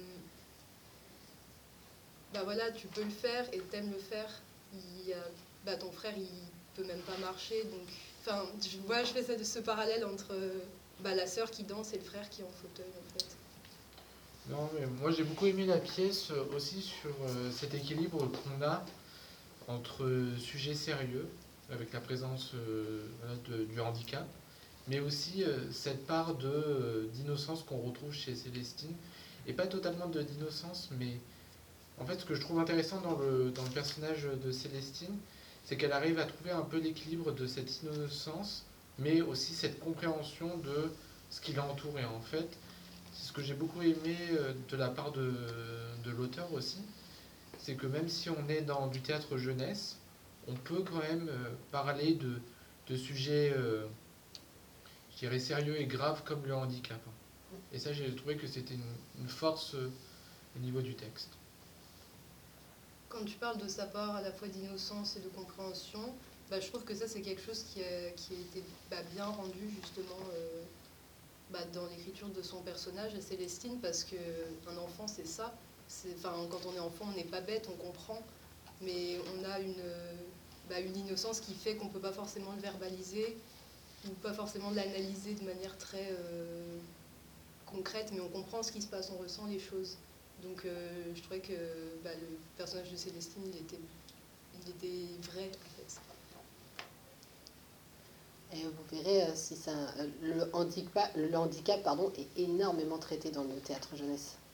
J: bah voilà, tu peux le faire et t'aimes le faire. Il y a, bah, ton frère, il peut même pas marcher, donc, enfin, je vois, je fais ça, ce parallèle entre bah, la sœur qui danse et le frère qui est en fauteuil, en fait.
A: Non, mais moi j'ai beaucoup aimé la pièce euh, aussi sur euh, cet équilibre qu'on a entre euh, sujets sérieux, avec la présence euh, voilà, de- du handicap, mais aussi euh, cette part de, euh, d'innocence qu'on retrouve chez Célestine, et pas totalement de d'innocence, mais en fait ce que je trouve intéressant dans le, dans le personnage de Célestine, c'est qu'elle arrive à trouver un peu l'équilibre de cette innocence, mais aussi cette compréhension de ce qui l'entoure, et en fait, c'est ce que j'ai beaucoup aimé euh, de la part de, de l'auteur aussi, c'est que même si on est dans du théâtre jeunesse, on peut quand même euh, parler de, de sujets, euh, je dirais, sérieux et graves comme le handicap. Et ça, j'ai trouvé que c'était une, une force euh, au niveau du texte.
J: Quand tu parles de sa part à la fois d'innocence et de compréhension, bah, je trouve que ça c'est quelque chose qui a, qui a été bah, bien rendu justement euh, bah, dans l'écriture de son personnage à Célestine, parce qu'un enfant c'est ça. C'est, enfin, quand on est enfant on n'est pas bête, on comprend, mais on a une, bah, une innocence qui fait qu'on ne peut pas forcément le verbaliser ou pas forcément l'analyser de manière très euh, concrète, mais on comprend ce qui se passe, on ressent les choses. Donc euh, je trouvais que bah, le personnage de Célestine, il était, il était vrai en fait.
I: Et vous verrez euh, si ça, euh, le handicap, le handicap pardon, est énormément traité dans le théâtre jeunesse.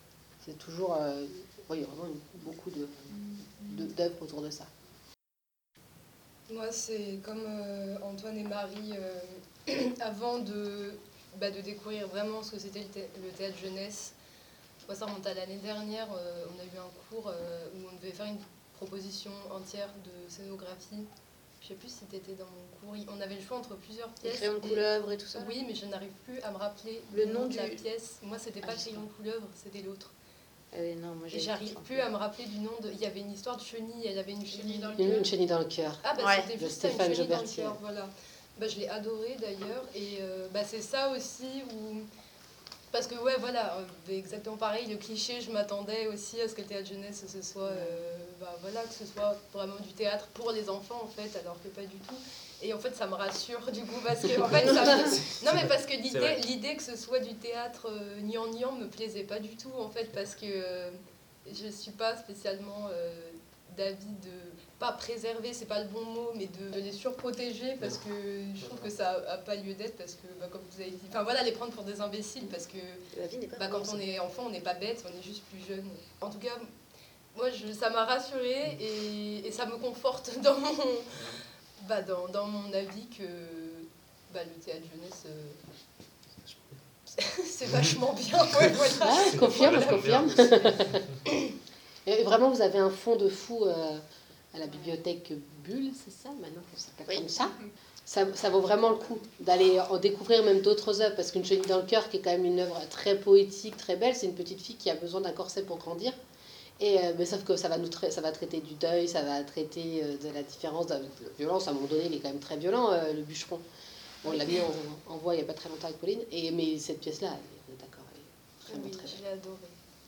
I: C'est toujours, euh, oui, il y a vraiment une- beaucoup de, de, d'œuvres autour de ça.
J: Moi, c'est comme euh, Antoine et Marie, euh, avant de, bah, de découvrir vraiment ce que c'était le, thé- le théâtre jeunesse. Moi, ça remonte à l'année dernière, euh, on a eu un cours euh, où on devait faire une proposition entière de scénographie. Je sais plus si tu étais dans mon cours. On avait le choix entre plusieurs
D: Les
J: pièces.
D: crayons de couleuvre et tout ça.
J: Oui, mais je n'arrive plus à me rappeler
D: Le
J: le
D: nom
J: nom de la
D: du-
J: pièce. Moi, c'était
D: Ah,
J: pas
D: je sais
J: Crayon couleuvre, c'était l'autre.
D: Ah oui, non, moi j'ai
J: Et j'arrive plus à me rappeler du nom de. Il y avait une histoire de chenille, elle avait une chenille dans le
I: Une,
J: cœur.
I: une chenille dans le cœur.
J: Ah bah
D: Ouais,
J: c'était
I: de
J: juste ça, une
I: Stéphane
J: chenille dans le
I: Jobertier.
J: cœur, voilà. Bah, je l'ai adoré d'ailleurs et euh, bah, c'est ça aussi où parce que ouais voilà euh, exactement pareil le cliché, je m'attendais aussi à ce que le théâtre jeunesse ce soit euh, bah voilà que ce soit vraiment du théâtre pour les enfants en fait, alors que pas du tout. Et en fait ça me rassure du coup parce que en fait ça me- non mais parce que
E: C'est
J: l'idée
E: vrai.
J: l'idée que ce soit du théâtre euh, gnangnan me plaisait pas du tout en fait parce que euh, je suis pas spécialement euh, d'avis de pas préserver, c'est pas le bon mot, mais de, de les surprotéger parce que je trouve que ça a pas lieu d'être parce que bah, comme vous avez dit, enfin voilà, les prendre pour des imbéciles parce que
D: La vie n'est pas
J: bah, quand
D: rose.
J: on est enfant, on n'est pas bête, on est juste plus jeune. En tout cas, moi je, ça m'a rassurée et, et ça me conforte dans mon, bah, dans, dans mon avis que bah, le théâtre jeunesse euh, c'est vachement bien. Ouais, voilà.
I: Ah, je confirme, je
E: Voilà,
I: confirme. Et vraiment, vous avez un fond de fou euh, à la bibliothèque Bulle, c'est ça maintenant qu'on s'appelle
D: Oui.
I: comme ça. ça Ça vaut vraiment le coup d'aller en découvrir même d'autres œuvres, parce qu'une chenille dans le cœur, qui est quand même une œuvre très poétique, très belle, c'est une petite fille qui a besoin d'un corset pour grandir. Et, euh, mais sauf que ça va, nous tra- ça va traiter du deuil, ça va traiter euh, de la différence, de la violence. À un moment donné, il est quand même très violent, euh, le bûcheron. On l'a mis en, en voix il n'y a pas très longtemps avec Pauline. Et, mais cette pièce-là, elle est d'accord, elle est vraiment
J: Oui,
I: très belle.
J: j'ai adoré.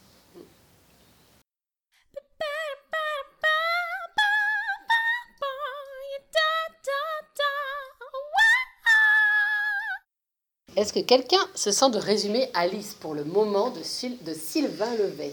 I: Est-ce que quelqu'un se sent de résumer Alice pour le moment de, Syl- de Sylvain Levet?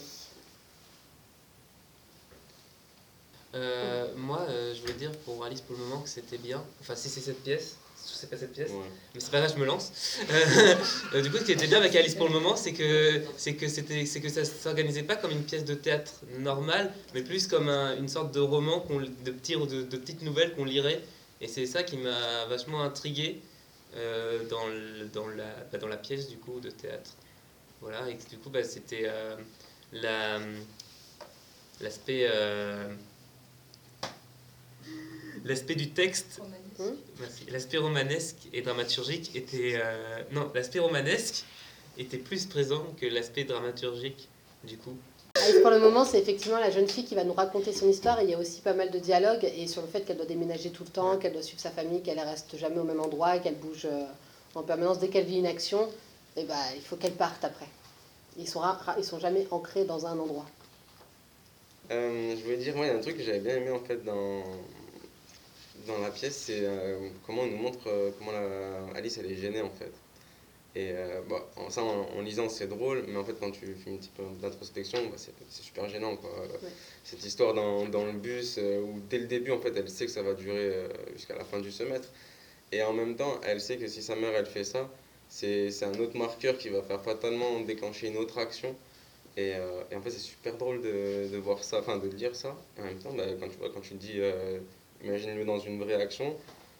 E: Euh, moi, euh, je voulais dire pour Alice pour le moment que c'était bien. Enfin, si c'est cette pièce, c'est pas cette pièce,
B: Ouais.
E: mais c'est pas grave, je me lance. Euh, euh, du coup, ce qui était bien avec Alice pour le moment, c'est que c'est que c'était c'est que ça s'organisait pas comme une pièce de théâtre normale, mais plus comme un- une sorte de roman qu'on de petits de, de petites nouvelles qu'on lirait. Et c'est ça qui m'a vachement intrigué euh, dans le- dans la bah, dans la pièce du coup de théâtre. Voilà, et du coup, bah, c'était euh, la l'aspect euh, l'aspect du texte.
J: Romanesque.
E: Merci. L'aspect romanesque et dramaturgique était euh, non, l'aspect romanesque était plus présent que l'aspect dramaturgique du coup.
I: Alice pour le moment, c'est effectivement la jeune fille qui va nous raconter son histoire. Et il y a aussi pas mal de dialogues et sur le fait qu'elle doit déménager tout le temps, qu'elle doit suivre sa famille, qu'elle reste jamais au même endroit, qu'elle bouge euh, en permanence. Dès qu'elle vit une action, et ben, il faut qu'elle parte après. Ils sont, ra- ra- ils sont jamais ancrés dans un endroit.
B: Euh, je voulais dire, moi, il y a un truc que j'avais bien aimé en fait dans, dans la pièce, c'est euh, comment on nous montre euh, comment la, Alice elle est gênée en fait. Et euh, bon, en, ça, en, en lisant, c'est drôle, mais en fait, quand tu fais un petit peu d'introspection, bah, c'est c'est super gênant quoi. Cette histoire dans, dans le bus euh, où dès le début, en fait, elle sait que ça va durer euh, jusqu'à la fin du semestre. Et en même temps, elle sait que si sa mère elle fait ça, c'est c'est un autre marqueur qui va faire fatalement déclencher une autre action. Et, euh, et en fait, c'est super drôle de, de voir ça, enfin de lire ça. Et en même temps, bah, quand tu vois, quand tu dis, euh, imagine-le dans une vraie action,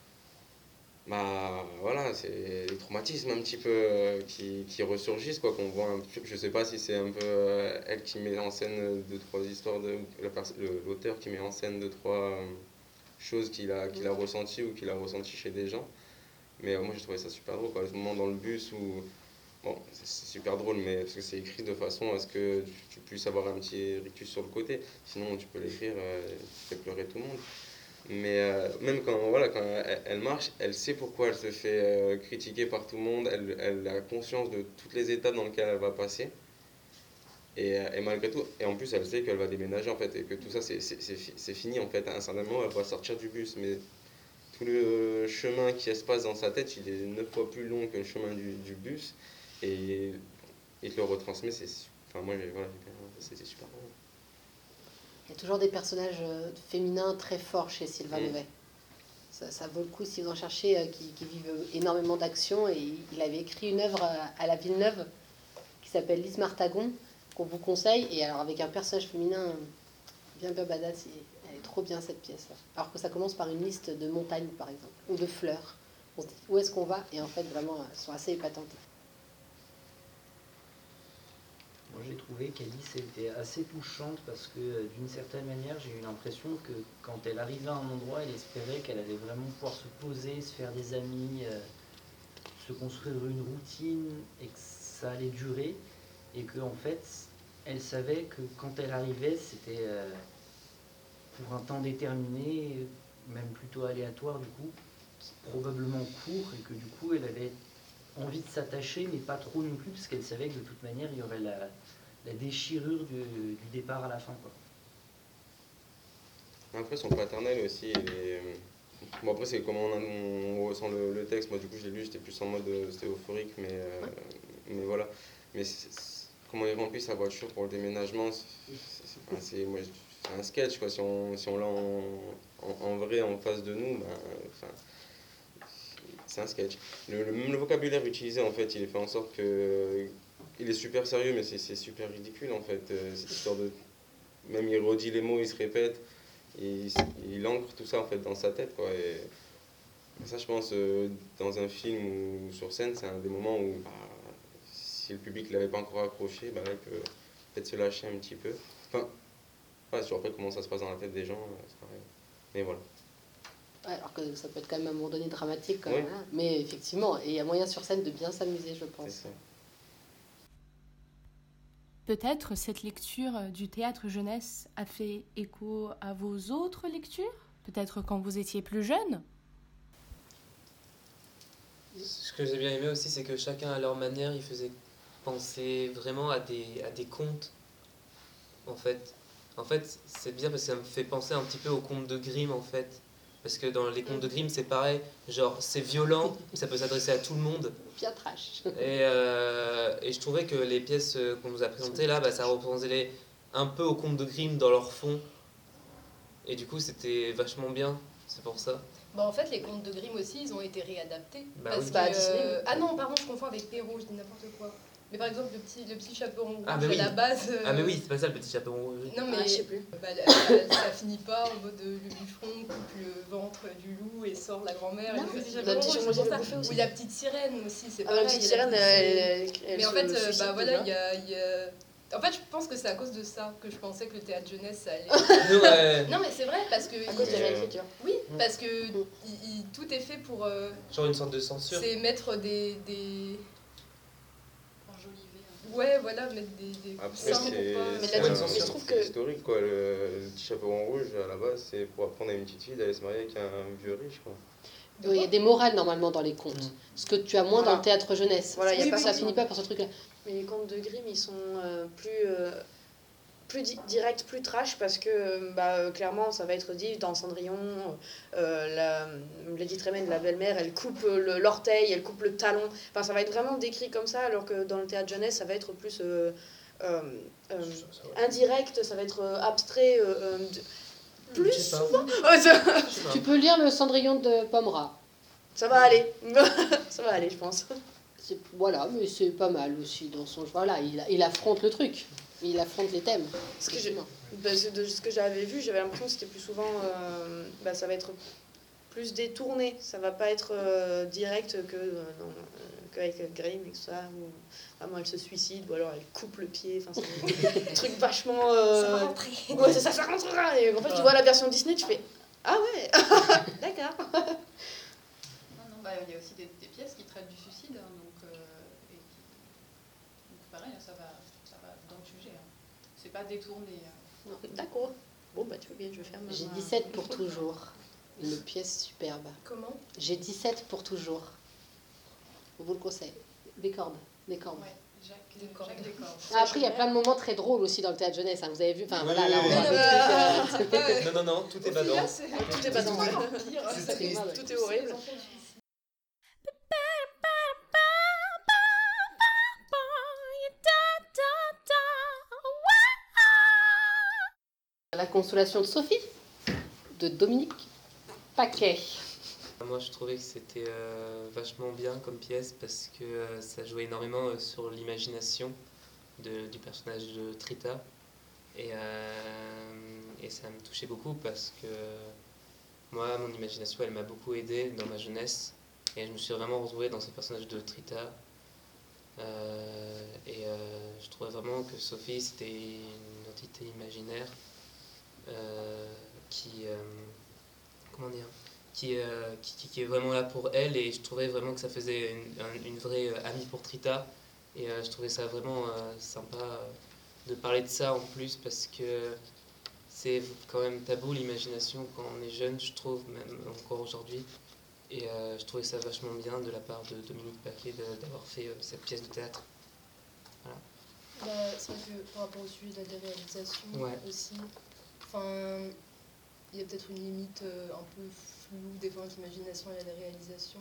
B: bah voilà, c'est les traumatismes un petit peu euh, qui, qui ressurgissent, quoi, qu'on voit un petit peu. Je sais pas si c'est un peu euh, elle qui met en scène deux, trois histoires, de, la pers- le- l'auteur qui met en scène deux, trois euh, choses qu'il a, qu'il a ressenties ou qu'il a ressenties chez des gens. Mais euh, moi, j'ai trouvé ça super drôle, quoi. Ce moment dans le bus où. Bon, c'est c'est super drôle, mais parce que c'est écrit de façon à ce que tu, tu puisses avoir un petit rictus sur le côté. Sinon, tu peux l'écrire, euh, tu fais pleurer tout le monde. Mais euh, même quand, voilà, quand elle, elle marche, elle sait pourquoi elle se fait euh, critiquer par tout le monde. Elle, elle a conscience de toutes les étapes dans lesquelles elle va passer. Et, euh, et malgré tout, et en plus, elle sait qu'elle va déménager en fait, et que tout ça, c'est c'est- c'est fi- c'est fini en fait. À un certain moment, elle va sortir du bus. Mais tout le chemin qui se passe dans sa tête, il est neuf fois plus long que le chemin du, du bus. Et il te le retransmet, c'est su- enfin moi j'ai- voilà, j'ai bien- c'était super bon.
I: Il y a toujours des personnages euh, féminins très forts chez Sylvain
B: Mm.
I: Levet. Ça, ça vaut le coup si vous en cherchez euh, qui, qui vivent énormément d'action. Et il avait écrit une œuvre à, à la Villeneuve qui s'appelle Lise Martagon. qu'on vous conseille. Et alors avec un personnage féminin bien bien badass, elle est trop bien cette pièce. Alors que ça commence par une liste de montagnes par exemple, ou de fleurs. On se dit où est-ce qu'on va, et en fait vraiment elles sont assez épatantes.
L: Moi j'ai trouvé qu'Alice était assez touchante parce que euh, d'une certaine manière j'ai eu l'impression que quand elle arrivait à un endroit, elle espérait qu'elle allait vraiment pouvoir se poser, se faire des amis, euh, se construire une routine et que ça allait durer, et que en fait elle savait que quand elle arrivait c'était euh, pour un temps déterminé, même plutôt aléatoire du coup, probablement court, et que du coup elle avait envie de s'attacher mais pas trop non plus parce qu'elle savait que de toute manière il y aurait la, la déchirure du, du départ à la fin quoi.
B: Après son paternel aussi, il est... Bon après c'est comment on, a, on ressent le, le texte, moi du coup je l'ai lu, j'étais plus en mode, euh, c'était euphorique, mais, euh, mais voilà. Mais c'est, c'est, comment il remplit sa voiture pour le déménagement, c'est, c'est, enfin, c'est, moi, c'est un sketch quoi, si on, si on l'a en, en, en vrai en face de nous, ben, enfin, c'est un sketch. Le, le, même le vocabulaire utilisé en fait, il est fait en sorte que... Il est super sérieux mais c'est, c'est super ridicule en fait, euh, cette histoire de... Même il redit les mots, il se répète. Il, il ancre tout ça en fait dans sa tête quoi, et ça je pense euh, dans un film ou sur scène c'est un des moments où bah, si le public l'avait pas encore accroché, bah, là, il peut peut-être se lâcher un petit peu, enfin ouais, sur après comment ça se passe dans la tête des gens, c'est pareil, mais voilà.
I: Ouais, alors que ça peut être quand même à un moment donné dramatique quand
B: Oui.
I: même, hein. Mais effectivement, et il y a moyen sur scène de bien s'amuser je pense.
B: C'est ça.
C: Peut-être cette lecture du théâtre jeunesse a fait écho à vos autres lectures ? Peut-être quand vous étiez plus jeune ?
E: Ce que j'ai bien aimé aussi, c'est que chacun à leur manière, il faisait penser vraiment à des, à des contes, en fait. En fait, c'est bien parce que ça me fait penser un petit peu aux contes de Grimm, en fait. Parce que dans les contes de Grimm, c'est pareil, genre c'est violent, ça peut s'adresser à tout le monde.
I: Bien trash.
E: Et, euh, et je trouvais que les pièces qu'on nous a présentées là, bah, ça représentait un peu aux contes de Grimm dans leur fond. Et du coup, c'était vachement bien, c'est pour ça.
J: Bah en fait, les contes de Grimm aussi, ils ont été réadaptés.
E: Bah
J: parce
E: oui.
J: que,
D: Bah, Disney,
J: euh,
D: oui.
J: Ah non, pardon, je confonds avec Perrault, je dis n'importe quoi. Mais par exemple, le petit, le petit chaperon rouge,
E: Ah, mais oui.
J: à la base... euh,
E: Ah mais oui, c'est pas ça le petit chaperon rouge.
J: Non mais
D: Ah, je sais plus.
J: bah, la- la- ça finit pas en mode euh, le bûcheron coupe le ventre du loup et sort la grand-mère.
D: Non,
J: et le petit
D: la
J: chaperon
D: petite
J: rouge,
D: chaperon
J: c'est pour
D: rouge,
J: ça.
D: elle le fait aussi.
J: Ou la petite sirène aussi, c'est
D: Ah,
J: pareil.
D: la petite
J: il y a
D: sirène,
J: petite-
D: elle, elle, elle
J: Mais en
D: se
J: fait, euh,
D: suicide
J: bah voilà,
D: déjà.
J: il y a, il y a- En fait, je pense que c'est à cause de ça que je pensais que le théâtre jeunesse, ça allait...
E: Ouais.
J: Non mais c'est vrai, parce que...
D: À cause de
J: il-
D: la réécriture.
J: Oui, parce que il- il- tout est fait pour... euh,
E: Genre une sorte de censure.
J: c'est mettre des... des...
K: Enjolivé.
J: Ouais, voilà, mettre des, des
B: Après
J: coussins
B: c'est,
J: pour pas...
D: Mais
B: c'est,
D: la-
B: un-
D: mais je trouve
B: c'est
D: que-
B: historique quoi, le, le petit chaperon rouge à la base c'est pour apprendre à une petite fille d'aller se marier avec un vieux riche quoi.
I: Oui, il y a des morales normalement dans les contes. Ce que tu as moins
D: Voilà.
I: dans le théâtre jeunesse.
D: Voilà, il y a
I: Oui,
D: pas
I: oui,
D: ça.
I: ça finit pas par ce truc-là.
D: Mais les contes de Grimm, ils sont euh, plus, euh, plus di- directs, plus trash, parce que euh, bah, euh, clairement, ça va être dit dans Cendrillon, euh, la, Lady Tremaine, la belle-mère, elle coupe le- l'orteil, elle coupe le talon. Enfin, ça va être vraiment décrit comme ça, alors que dans le théâtre jeunesse, ça va être plus euh, euh, euh, indirect, ça va être euh, abstrait. euh, euh, de- plus
E: Je sais pas.
D: souvent. Oh, ça,
E: Je sais pas.
I: Tu peux lire le Cendrillon de Pommera.
D: ça va aller. Ça va aller, je pense.
I: C'est- Voilà, mais c'est pas mal aussi dans son... Voilà, il, il affronte le truc. Il affronte les thèmes.
D: Ce que, je, parce que de ce que j'avais vu, j'avais l'impression que c'était plus souvent, euh, bah, ça va être plus détourné, ça va pas être euh, direct que euh, dans, euh, qu'avec Grimm et tout ça, où vraiment elle se suicide ou alors elle coupe le pied, enfin c'est un truc vachement... euh,
J: Ça va rentrer.
D: Ouais, c'est ça, ça rentrera. Et en fait, tu vois la version Disney, tu fais ah ouais, d'accord.
K: Non, non, bah, il y a aussi des, des pièces qui traitent du suicide, hein, donc, euh, et qui- donc pareil, ça va, ça va dans le sujet. Hein. C'est pas détourné. hein.
D: D'accord. Bon bah tu veux bien, je vais faire ma...
I: J'ai dix-sept pour toujours. Une pièce superbe.
J: Comment?
I: J'ai dix-sept pour toujours. On vous le conseille. Des cordes. Des cordes.
K: Ouais, Jacques,
J: Descordes.
K: Jacques Descordes.
I: Ah, après, il y a plein de moments très drôles aussi dans le théâtre jeunesse. Hein. Vous avez vu, enfin
E: Oui,
I: voilà,
E: oui,
I: là,
E: oui,
I: on
E: oui.
I: voit des trucs, euh,
E: Non, non, non, tout est badant.
D: Tout est pas dans
E: C'est
D: C'est
E: triste.
D: Tout est horrible.
I: La consolation de Sophie, de Dominique Paquet.
E: Moi, je trouvais que c'était euh, vachement bien comme pièce parce que euh, ça jouait énormément euh, sur l'imagination. de, du personnage de Trita. Et, euh, et ça me touchait beaucoup parce que moi, mon imagination, elle m'a beaucoup aidé dans ma jeunesse. Et je me suis vraiment retrouvé dans ce personnage de Trita. Euh, et euh, je trouvais vraiment que Sophie, c'était une entité imaginaire euh, qui, euh, comment dire, qui, euh, qui, qui est vraiment là pour elle. Et je trouvais vraiment que ça faisait une, une vraie amie pour Trita. Et euh, je trouvais ça vraiment euh, sympa euh, de parler de ça en plus parce que c'est quand même tabou l'imagination quand on est jeune, je trouve, même encore aujourd'hui. Et euh, je trouvais ça vachement bien de la part de Dominique Paquet de- d'avoir fait euh, cette pièce de théâtre. Voilà.
J: Bah, c'est vrai que par rapport au sujet de la déréalisation
E: Ouais.
J: aussi, enfin, il y a peut-être une limite euh, un peu floue des fois entre l'imagination et la déréalisation.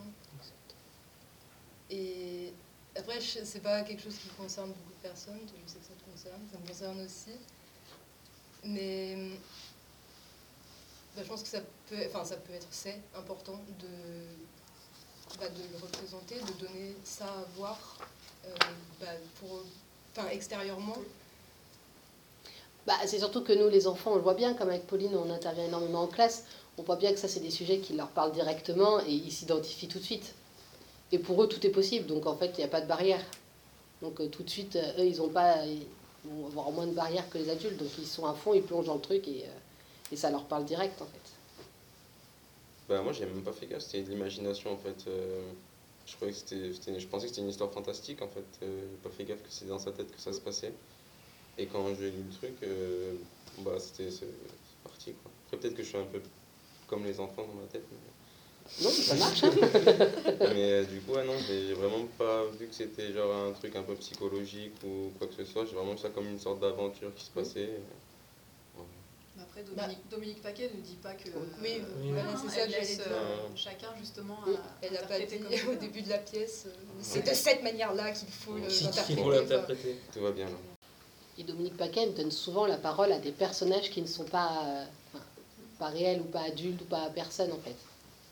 J: Et après, je- c'est pas quelque chose qui concerne beaucoup de personnes, toi, je sais que ça te concerne, ça me concerne aussi. Mais bah, je pense que ça peut, enfin, ça peut être, c'est important de, bah, de le représenter, de donner ça à voir euh, bah, pour, enfin, extérieurement.
I: Bah, c'est surtout que nous, les enfants, on le voit bien, comme avec Pauline, on intervient énormément en classe, on voit bien que ça, c'est des sujets qui leur parlent directement et ils s'identifient tout de suite. Et pour eux, tout est possible, donc en fait, il n'y a pas de barrière. Donc euh, tout de suite, euh, eux, ils ont pas, ils vont avoir moins de barrières que les adultes, donc ils sont à fond, ils plongent dans le truc et, euh, et ça leur parle direct, en fait.
B: Bah, moi, j'ai même pas fait gaffe, c'était de l'imagination en fait. Euh, je, croyais que c'était, c'était- je pensais que c'était une histoire fantastique en fait. Euh, j'ai pas fait gaffe que c'était dans sa tête que ça se passait. Et quand j'ai lu le truc, euh, bah, c'était, c'est, c'est parti quoi. Après, peut-être que je suis un peu comme les enfants dans ma tête. Mais,
I: Non, ça marche, hein.
B: mais euh, du coup, ouais, non, j'ai j'ai vraiment pas vu que c'était genre un truc un peu psychologique ou quoi que ce soit. J'ai vraiment vu ça comme une sorte d'aventure qui se passait.
K: Mais après, Dominique, Dominique Paquet ne dit pas que.
J: Oui,
K: euh,
J: voilà,
K: hein,
J: c'est ça
K: elle
J: que j'allais
K: laisse
J: dire.
K: euh, chacun justement
J: Oui,
K: à
J: elle n'a pas dit
K: interpréter comme
J: au
K: il veut.
J: début de la pièce, euh, c'est de cette manière-là qu'il faut le-
B: Qui-
J: l'interpréter.
E: Pour
J: quoi.
E: l'interpréter.
B: Tout va bien là.
I: Et Dominique Paquet donne souvent la parole à des personnages qui ne sont pas, euh, enfin, pas réels ou pas adultes ou pas personnes, en fait.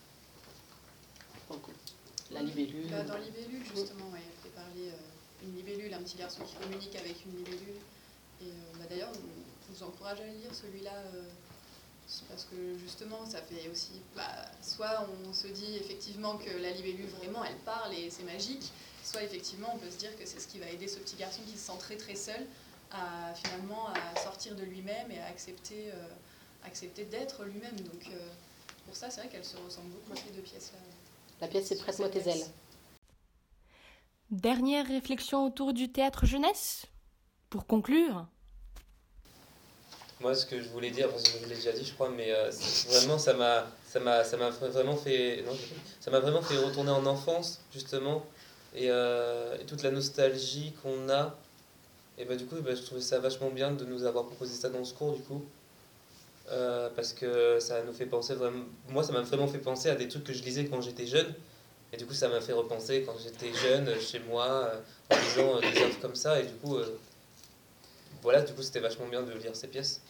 I: Donc, la libellule.
K: Bah, dans Libellule, justement, ouais, elle fait parler euh, une libellule, un petit garçon qui communique avec une libellule. Et euh, bah, d'ailleurs, on vous encourage à le lire celui-là, euh, c'est parce que justement, ça fait aussi. Bah, soit on se dit effectivement que la libellule, vraiment, elle parle et c'est magique, soit effectivement, on peut se dire que c'est ce qui va aider ce petit garçon qui se sent très très seul à finalement à sortir de lui-même et à accepter, euh, accepter d'être lui-même. Donc euh, pour ça, c'est vrai qu'elles se ressemblent beaucoup ces deux pièces-là.
I: La pièce, c'est Prête-moi tes ailes.
C: Dernière réflexion autour du théâtre jeunesse pour conclure.
E: Moi, ce que je voulais dire, parce que je vous l'ai déjà dit, je crois, mais euh, c'est- vraiment, ça m'a, ça m'a, ça m'a vraiment fait, non, ça m'a vraiment fait retourner en enfance, justement, et, euh, et toute la nostalgie qu'on a. Et bah, du coup, bah, je trouvais ça vachement bien de nous avoir proposé ça dans ce cours, du coup, Euh, parce que ça nous fait penser vraiment. Moi, ça m'a vraiment fait penser à des trucs que je lisais quand j'étais jeune, et du coup, ça m'a fait repenser quand j'étais jeune, chez moi, euh, en lisant euh, des œuvres comme ça, et du coup, euh, voilà, du coup, c'était vachement bien de lire ces pièces.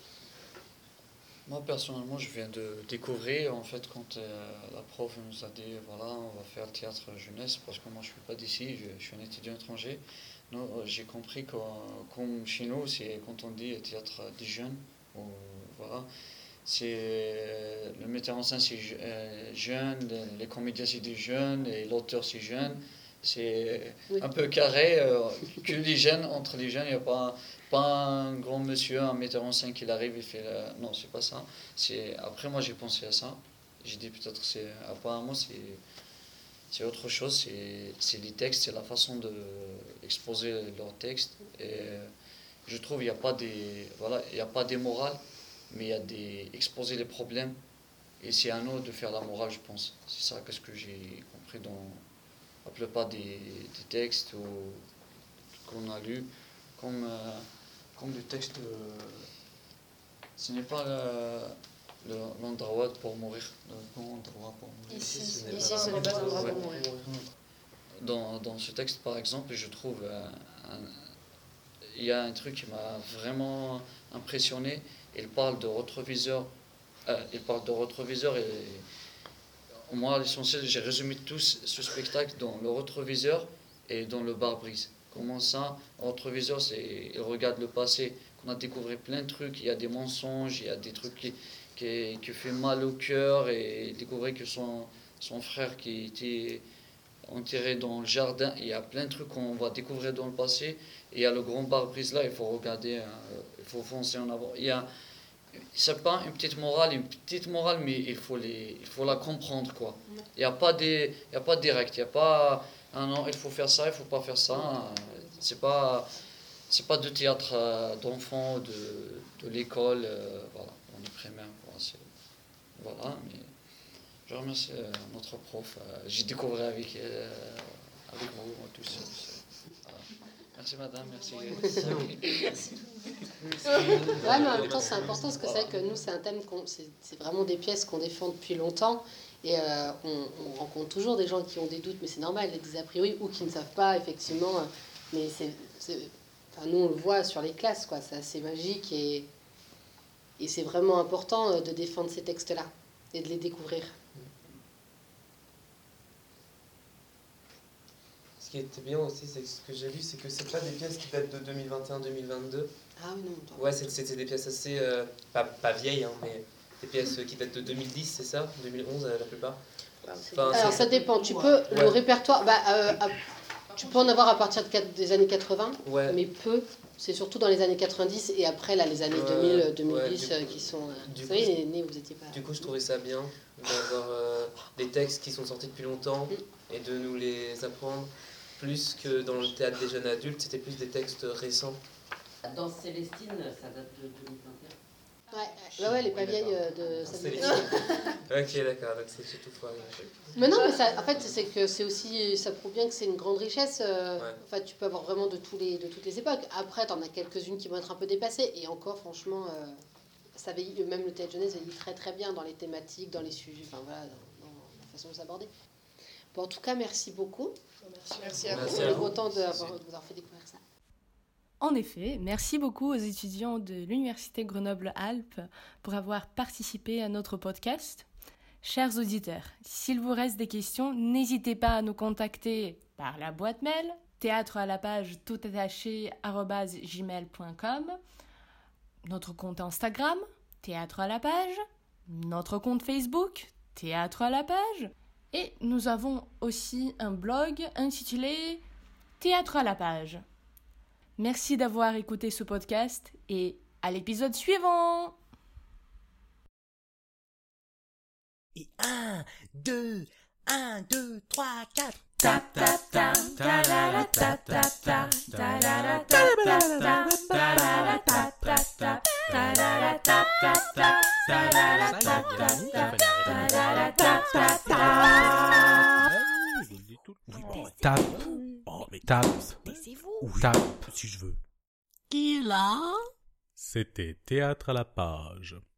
H: Moi personnellement, je viens de découvrir en fait quand euh, la prof nous a dit voilà, on va faire le théâtre jeunesse parce que moi je suis pas d'ici, je, je suis un étudiant étranger. Non, euh, j'ai compris que comme chez nous, c'est quand on dit théâtre des jeunes, ou, voilà, c'est le metteur en scène c'est euh, jeune, les comédiens c'est des jeunes et l'auteur c'est jeune. C'est
I: Oui.
H: un peu carré, euh, que les jeunes, entre les jeunes, il n'y a pas, pas un grand monsieur, un metteur en scène qui arrive et fait la... Non, c'est pas ça. C'est... Après, moi, j'ai pensé à ça. J'ai dit peut-être c'est... Apparemment, c'est, c'est autre chose. C'est... c'est les textes, c'est la façon d'exposer leurs textes. Et je trouve qu'il n'y a pas des... Voilà, il n'y a pas des morales, mais il y a des... exposer les problèmes. Et c'est à nous de faire la morale, je pense. C'est ça que ce que j'ai compris dans... la plupart des, des textes ou, qu'on a lus, comme, euh, comme le texte, euh, ce n'est pas le, le, l'endroit pour mourir. Le bon endroit pour mourir.
J: Ici,
I: Ici,
J: ce n'est
I: ce
J: pas
I: n'est pas un endroit
H: Ouais.
I: pour mourir.
H: Dans, dans ce texte, par exemple, je trouve euh, un- il y a un truc qui m'a vraiment impressionné. Il parle de rétroviseur. Euh, il parle de rétroviseur et moi, l'essentiel, j'ai résumé tout ce ce spectacle dans le rétroviseur et dans le pare-brise. Comment ça? Un rétroviseur, c'est, il regarde le passé. On a découvert plein de trucs, il y a des mensonges, il y a des trucs qui, qui, qui fait mal au cœur, et découvrir que son, son frère qui était enterré dans le jardin, il y a plein de trucs qu'on va découvrir dans le passé, et il y a le grand pare-brise là, il faut regarder, euh, il faut foncer en avant. Il y a, c'est pas une petite morale, une petite morale, mais il faut, les, il faut la comprendre, quoi. Il n'y a pas des, il y a pas de direct, il n'y a pas, ah non, il faut faire ça, il faut pas faire ça, c'est pas... C'est pas de théâtre euh, d'enfants, de, de l'école, euh, voilà, on est primaire. Voilà, c'est, voilà, mais je remercie euh, notre prof. Euh, j'ai découvert avec, euh, avec vous tous. Voilà. Merci madame, merci.
I: Ouais, mais en même temps, c'est important parce que c'est vrai que nous, c'est un thème, qu'on, c'est, c'est vraiment des pièces qu'on défend depuis longtemps. Et euh, on, on rencontre toujours des gens qui ont des doutes, mais c'est normal, des a priori, ou qui ne savent pas, effectivement. Mais c'est. c'est Enfin, nous, on le voit sur les classes, quoi. C'est assez magique et, et c'est vraiment important de défendre ces textes-là et de les découvrir.
E: Ce qui était bien aussi, c'est que ce que j'ai lu, c'est que c'est pas des pièces qui datent de deux mille vingt et un deux mille vingt-deux.
I: Ah oui, non.
E: Ouais, c'est, c'est, c'est des pièces assez, euh, pas, pas vieilles, hein, mais des pièces qui datent de deux mille dix, c'est ça? deux mille onze, la plupart. Enfin,
I: Alors, ça dépend. Tu peux,
E: ouais.
I: Le répertoire... Bah, euh, à, tu peux en avoir à partir de, des années quatre-vingts,
E: ouais.
I: mais peu. C'est surtout dans les années quatre-vingt-dix et après, là, les années deux mille, deux mille dix
E: ouais,
I: qui sont...
E: Du
I: vous
E: coup,
I: savez, les nés, vous étiez pas...
E: Du coup, je trouvais ça bien d'avoir euh, des textes qui sont sortis depuis longtemps mm. et de nous les apprendre, plus que dans le théâtre des jeunes adultes, c'était plus des textes récents.
L: Dans Célestine, ça date de deux mille vingt et un.
I: Ouais, ouais, ouais, les pas vieilles de...
E: Ok, d'accord, donc c'est surtout foiré.
I: Mais non, mais ça, en fait, c'est que c'est aussi, ça prouve bien que c'est une grande richesse. Euh, ouais. Enfin, tu peux avoir vraiment de, tous les, de toutes les époques. Après, t'en as quelques-unes qui vont être un peu dépassées. Et encore, franchement, euh, ça vieillit, même le théâtre jeunesse vieillit très très bien dans les thématiques, dans les sujets, enfin voilà, dans, dans la façon de s'aborder. Bon, en tout cas, merci beaucoup.
J: Merci, merci à vous.
I: On est content de vous avoir fait découvrir ça.
C: En effet, merci beaucoup aux étudiants de l'Université Grenoble-Alpes pour avoir participé à notre podcast. Chers auditeurs, s'il vous reste des questions, n'hésitez pas à nous contacter par la boîte mail théâtre à la page tout attaché arobase gmail point com, notre compte Instagram théâtre à la page, notre compte Facebook théâtre à la page, et nous avons aussi un blog intitulé Théâtre à la page. Merci d'avoir écouté ce podcast et à l'épisode suivant.
A: Et un, deux, un, deux, trois, quatre. Tap tap tap, ta la la tap tap tap, ta la la tap tap tap, ta la la tap tap tap, ta la la tap tap tap, ta la la tap tap tap, ta la la tap tap tap.
M: Tape. Oh, mais tape.
A: Taisez-vous.
M: Ou tape, si je veux.
A: Qui est là?
M: C'était Théâtre à la page.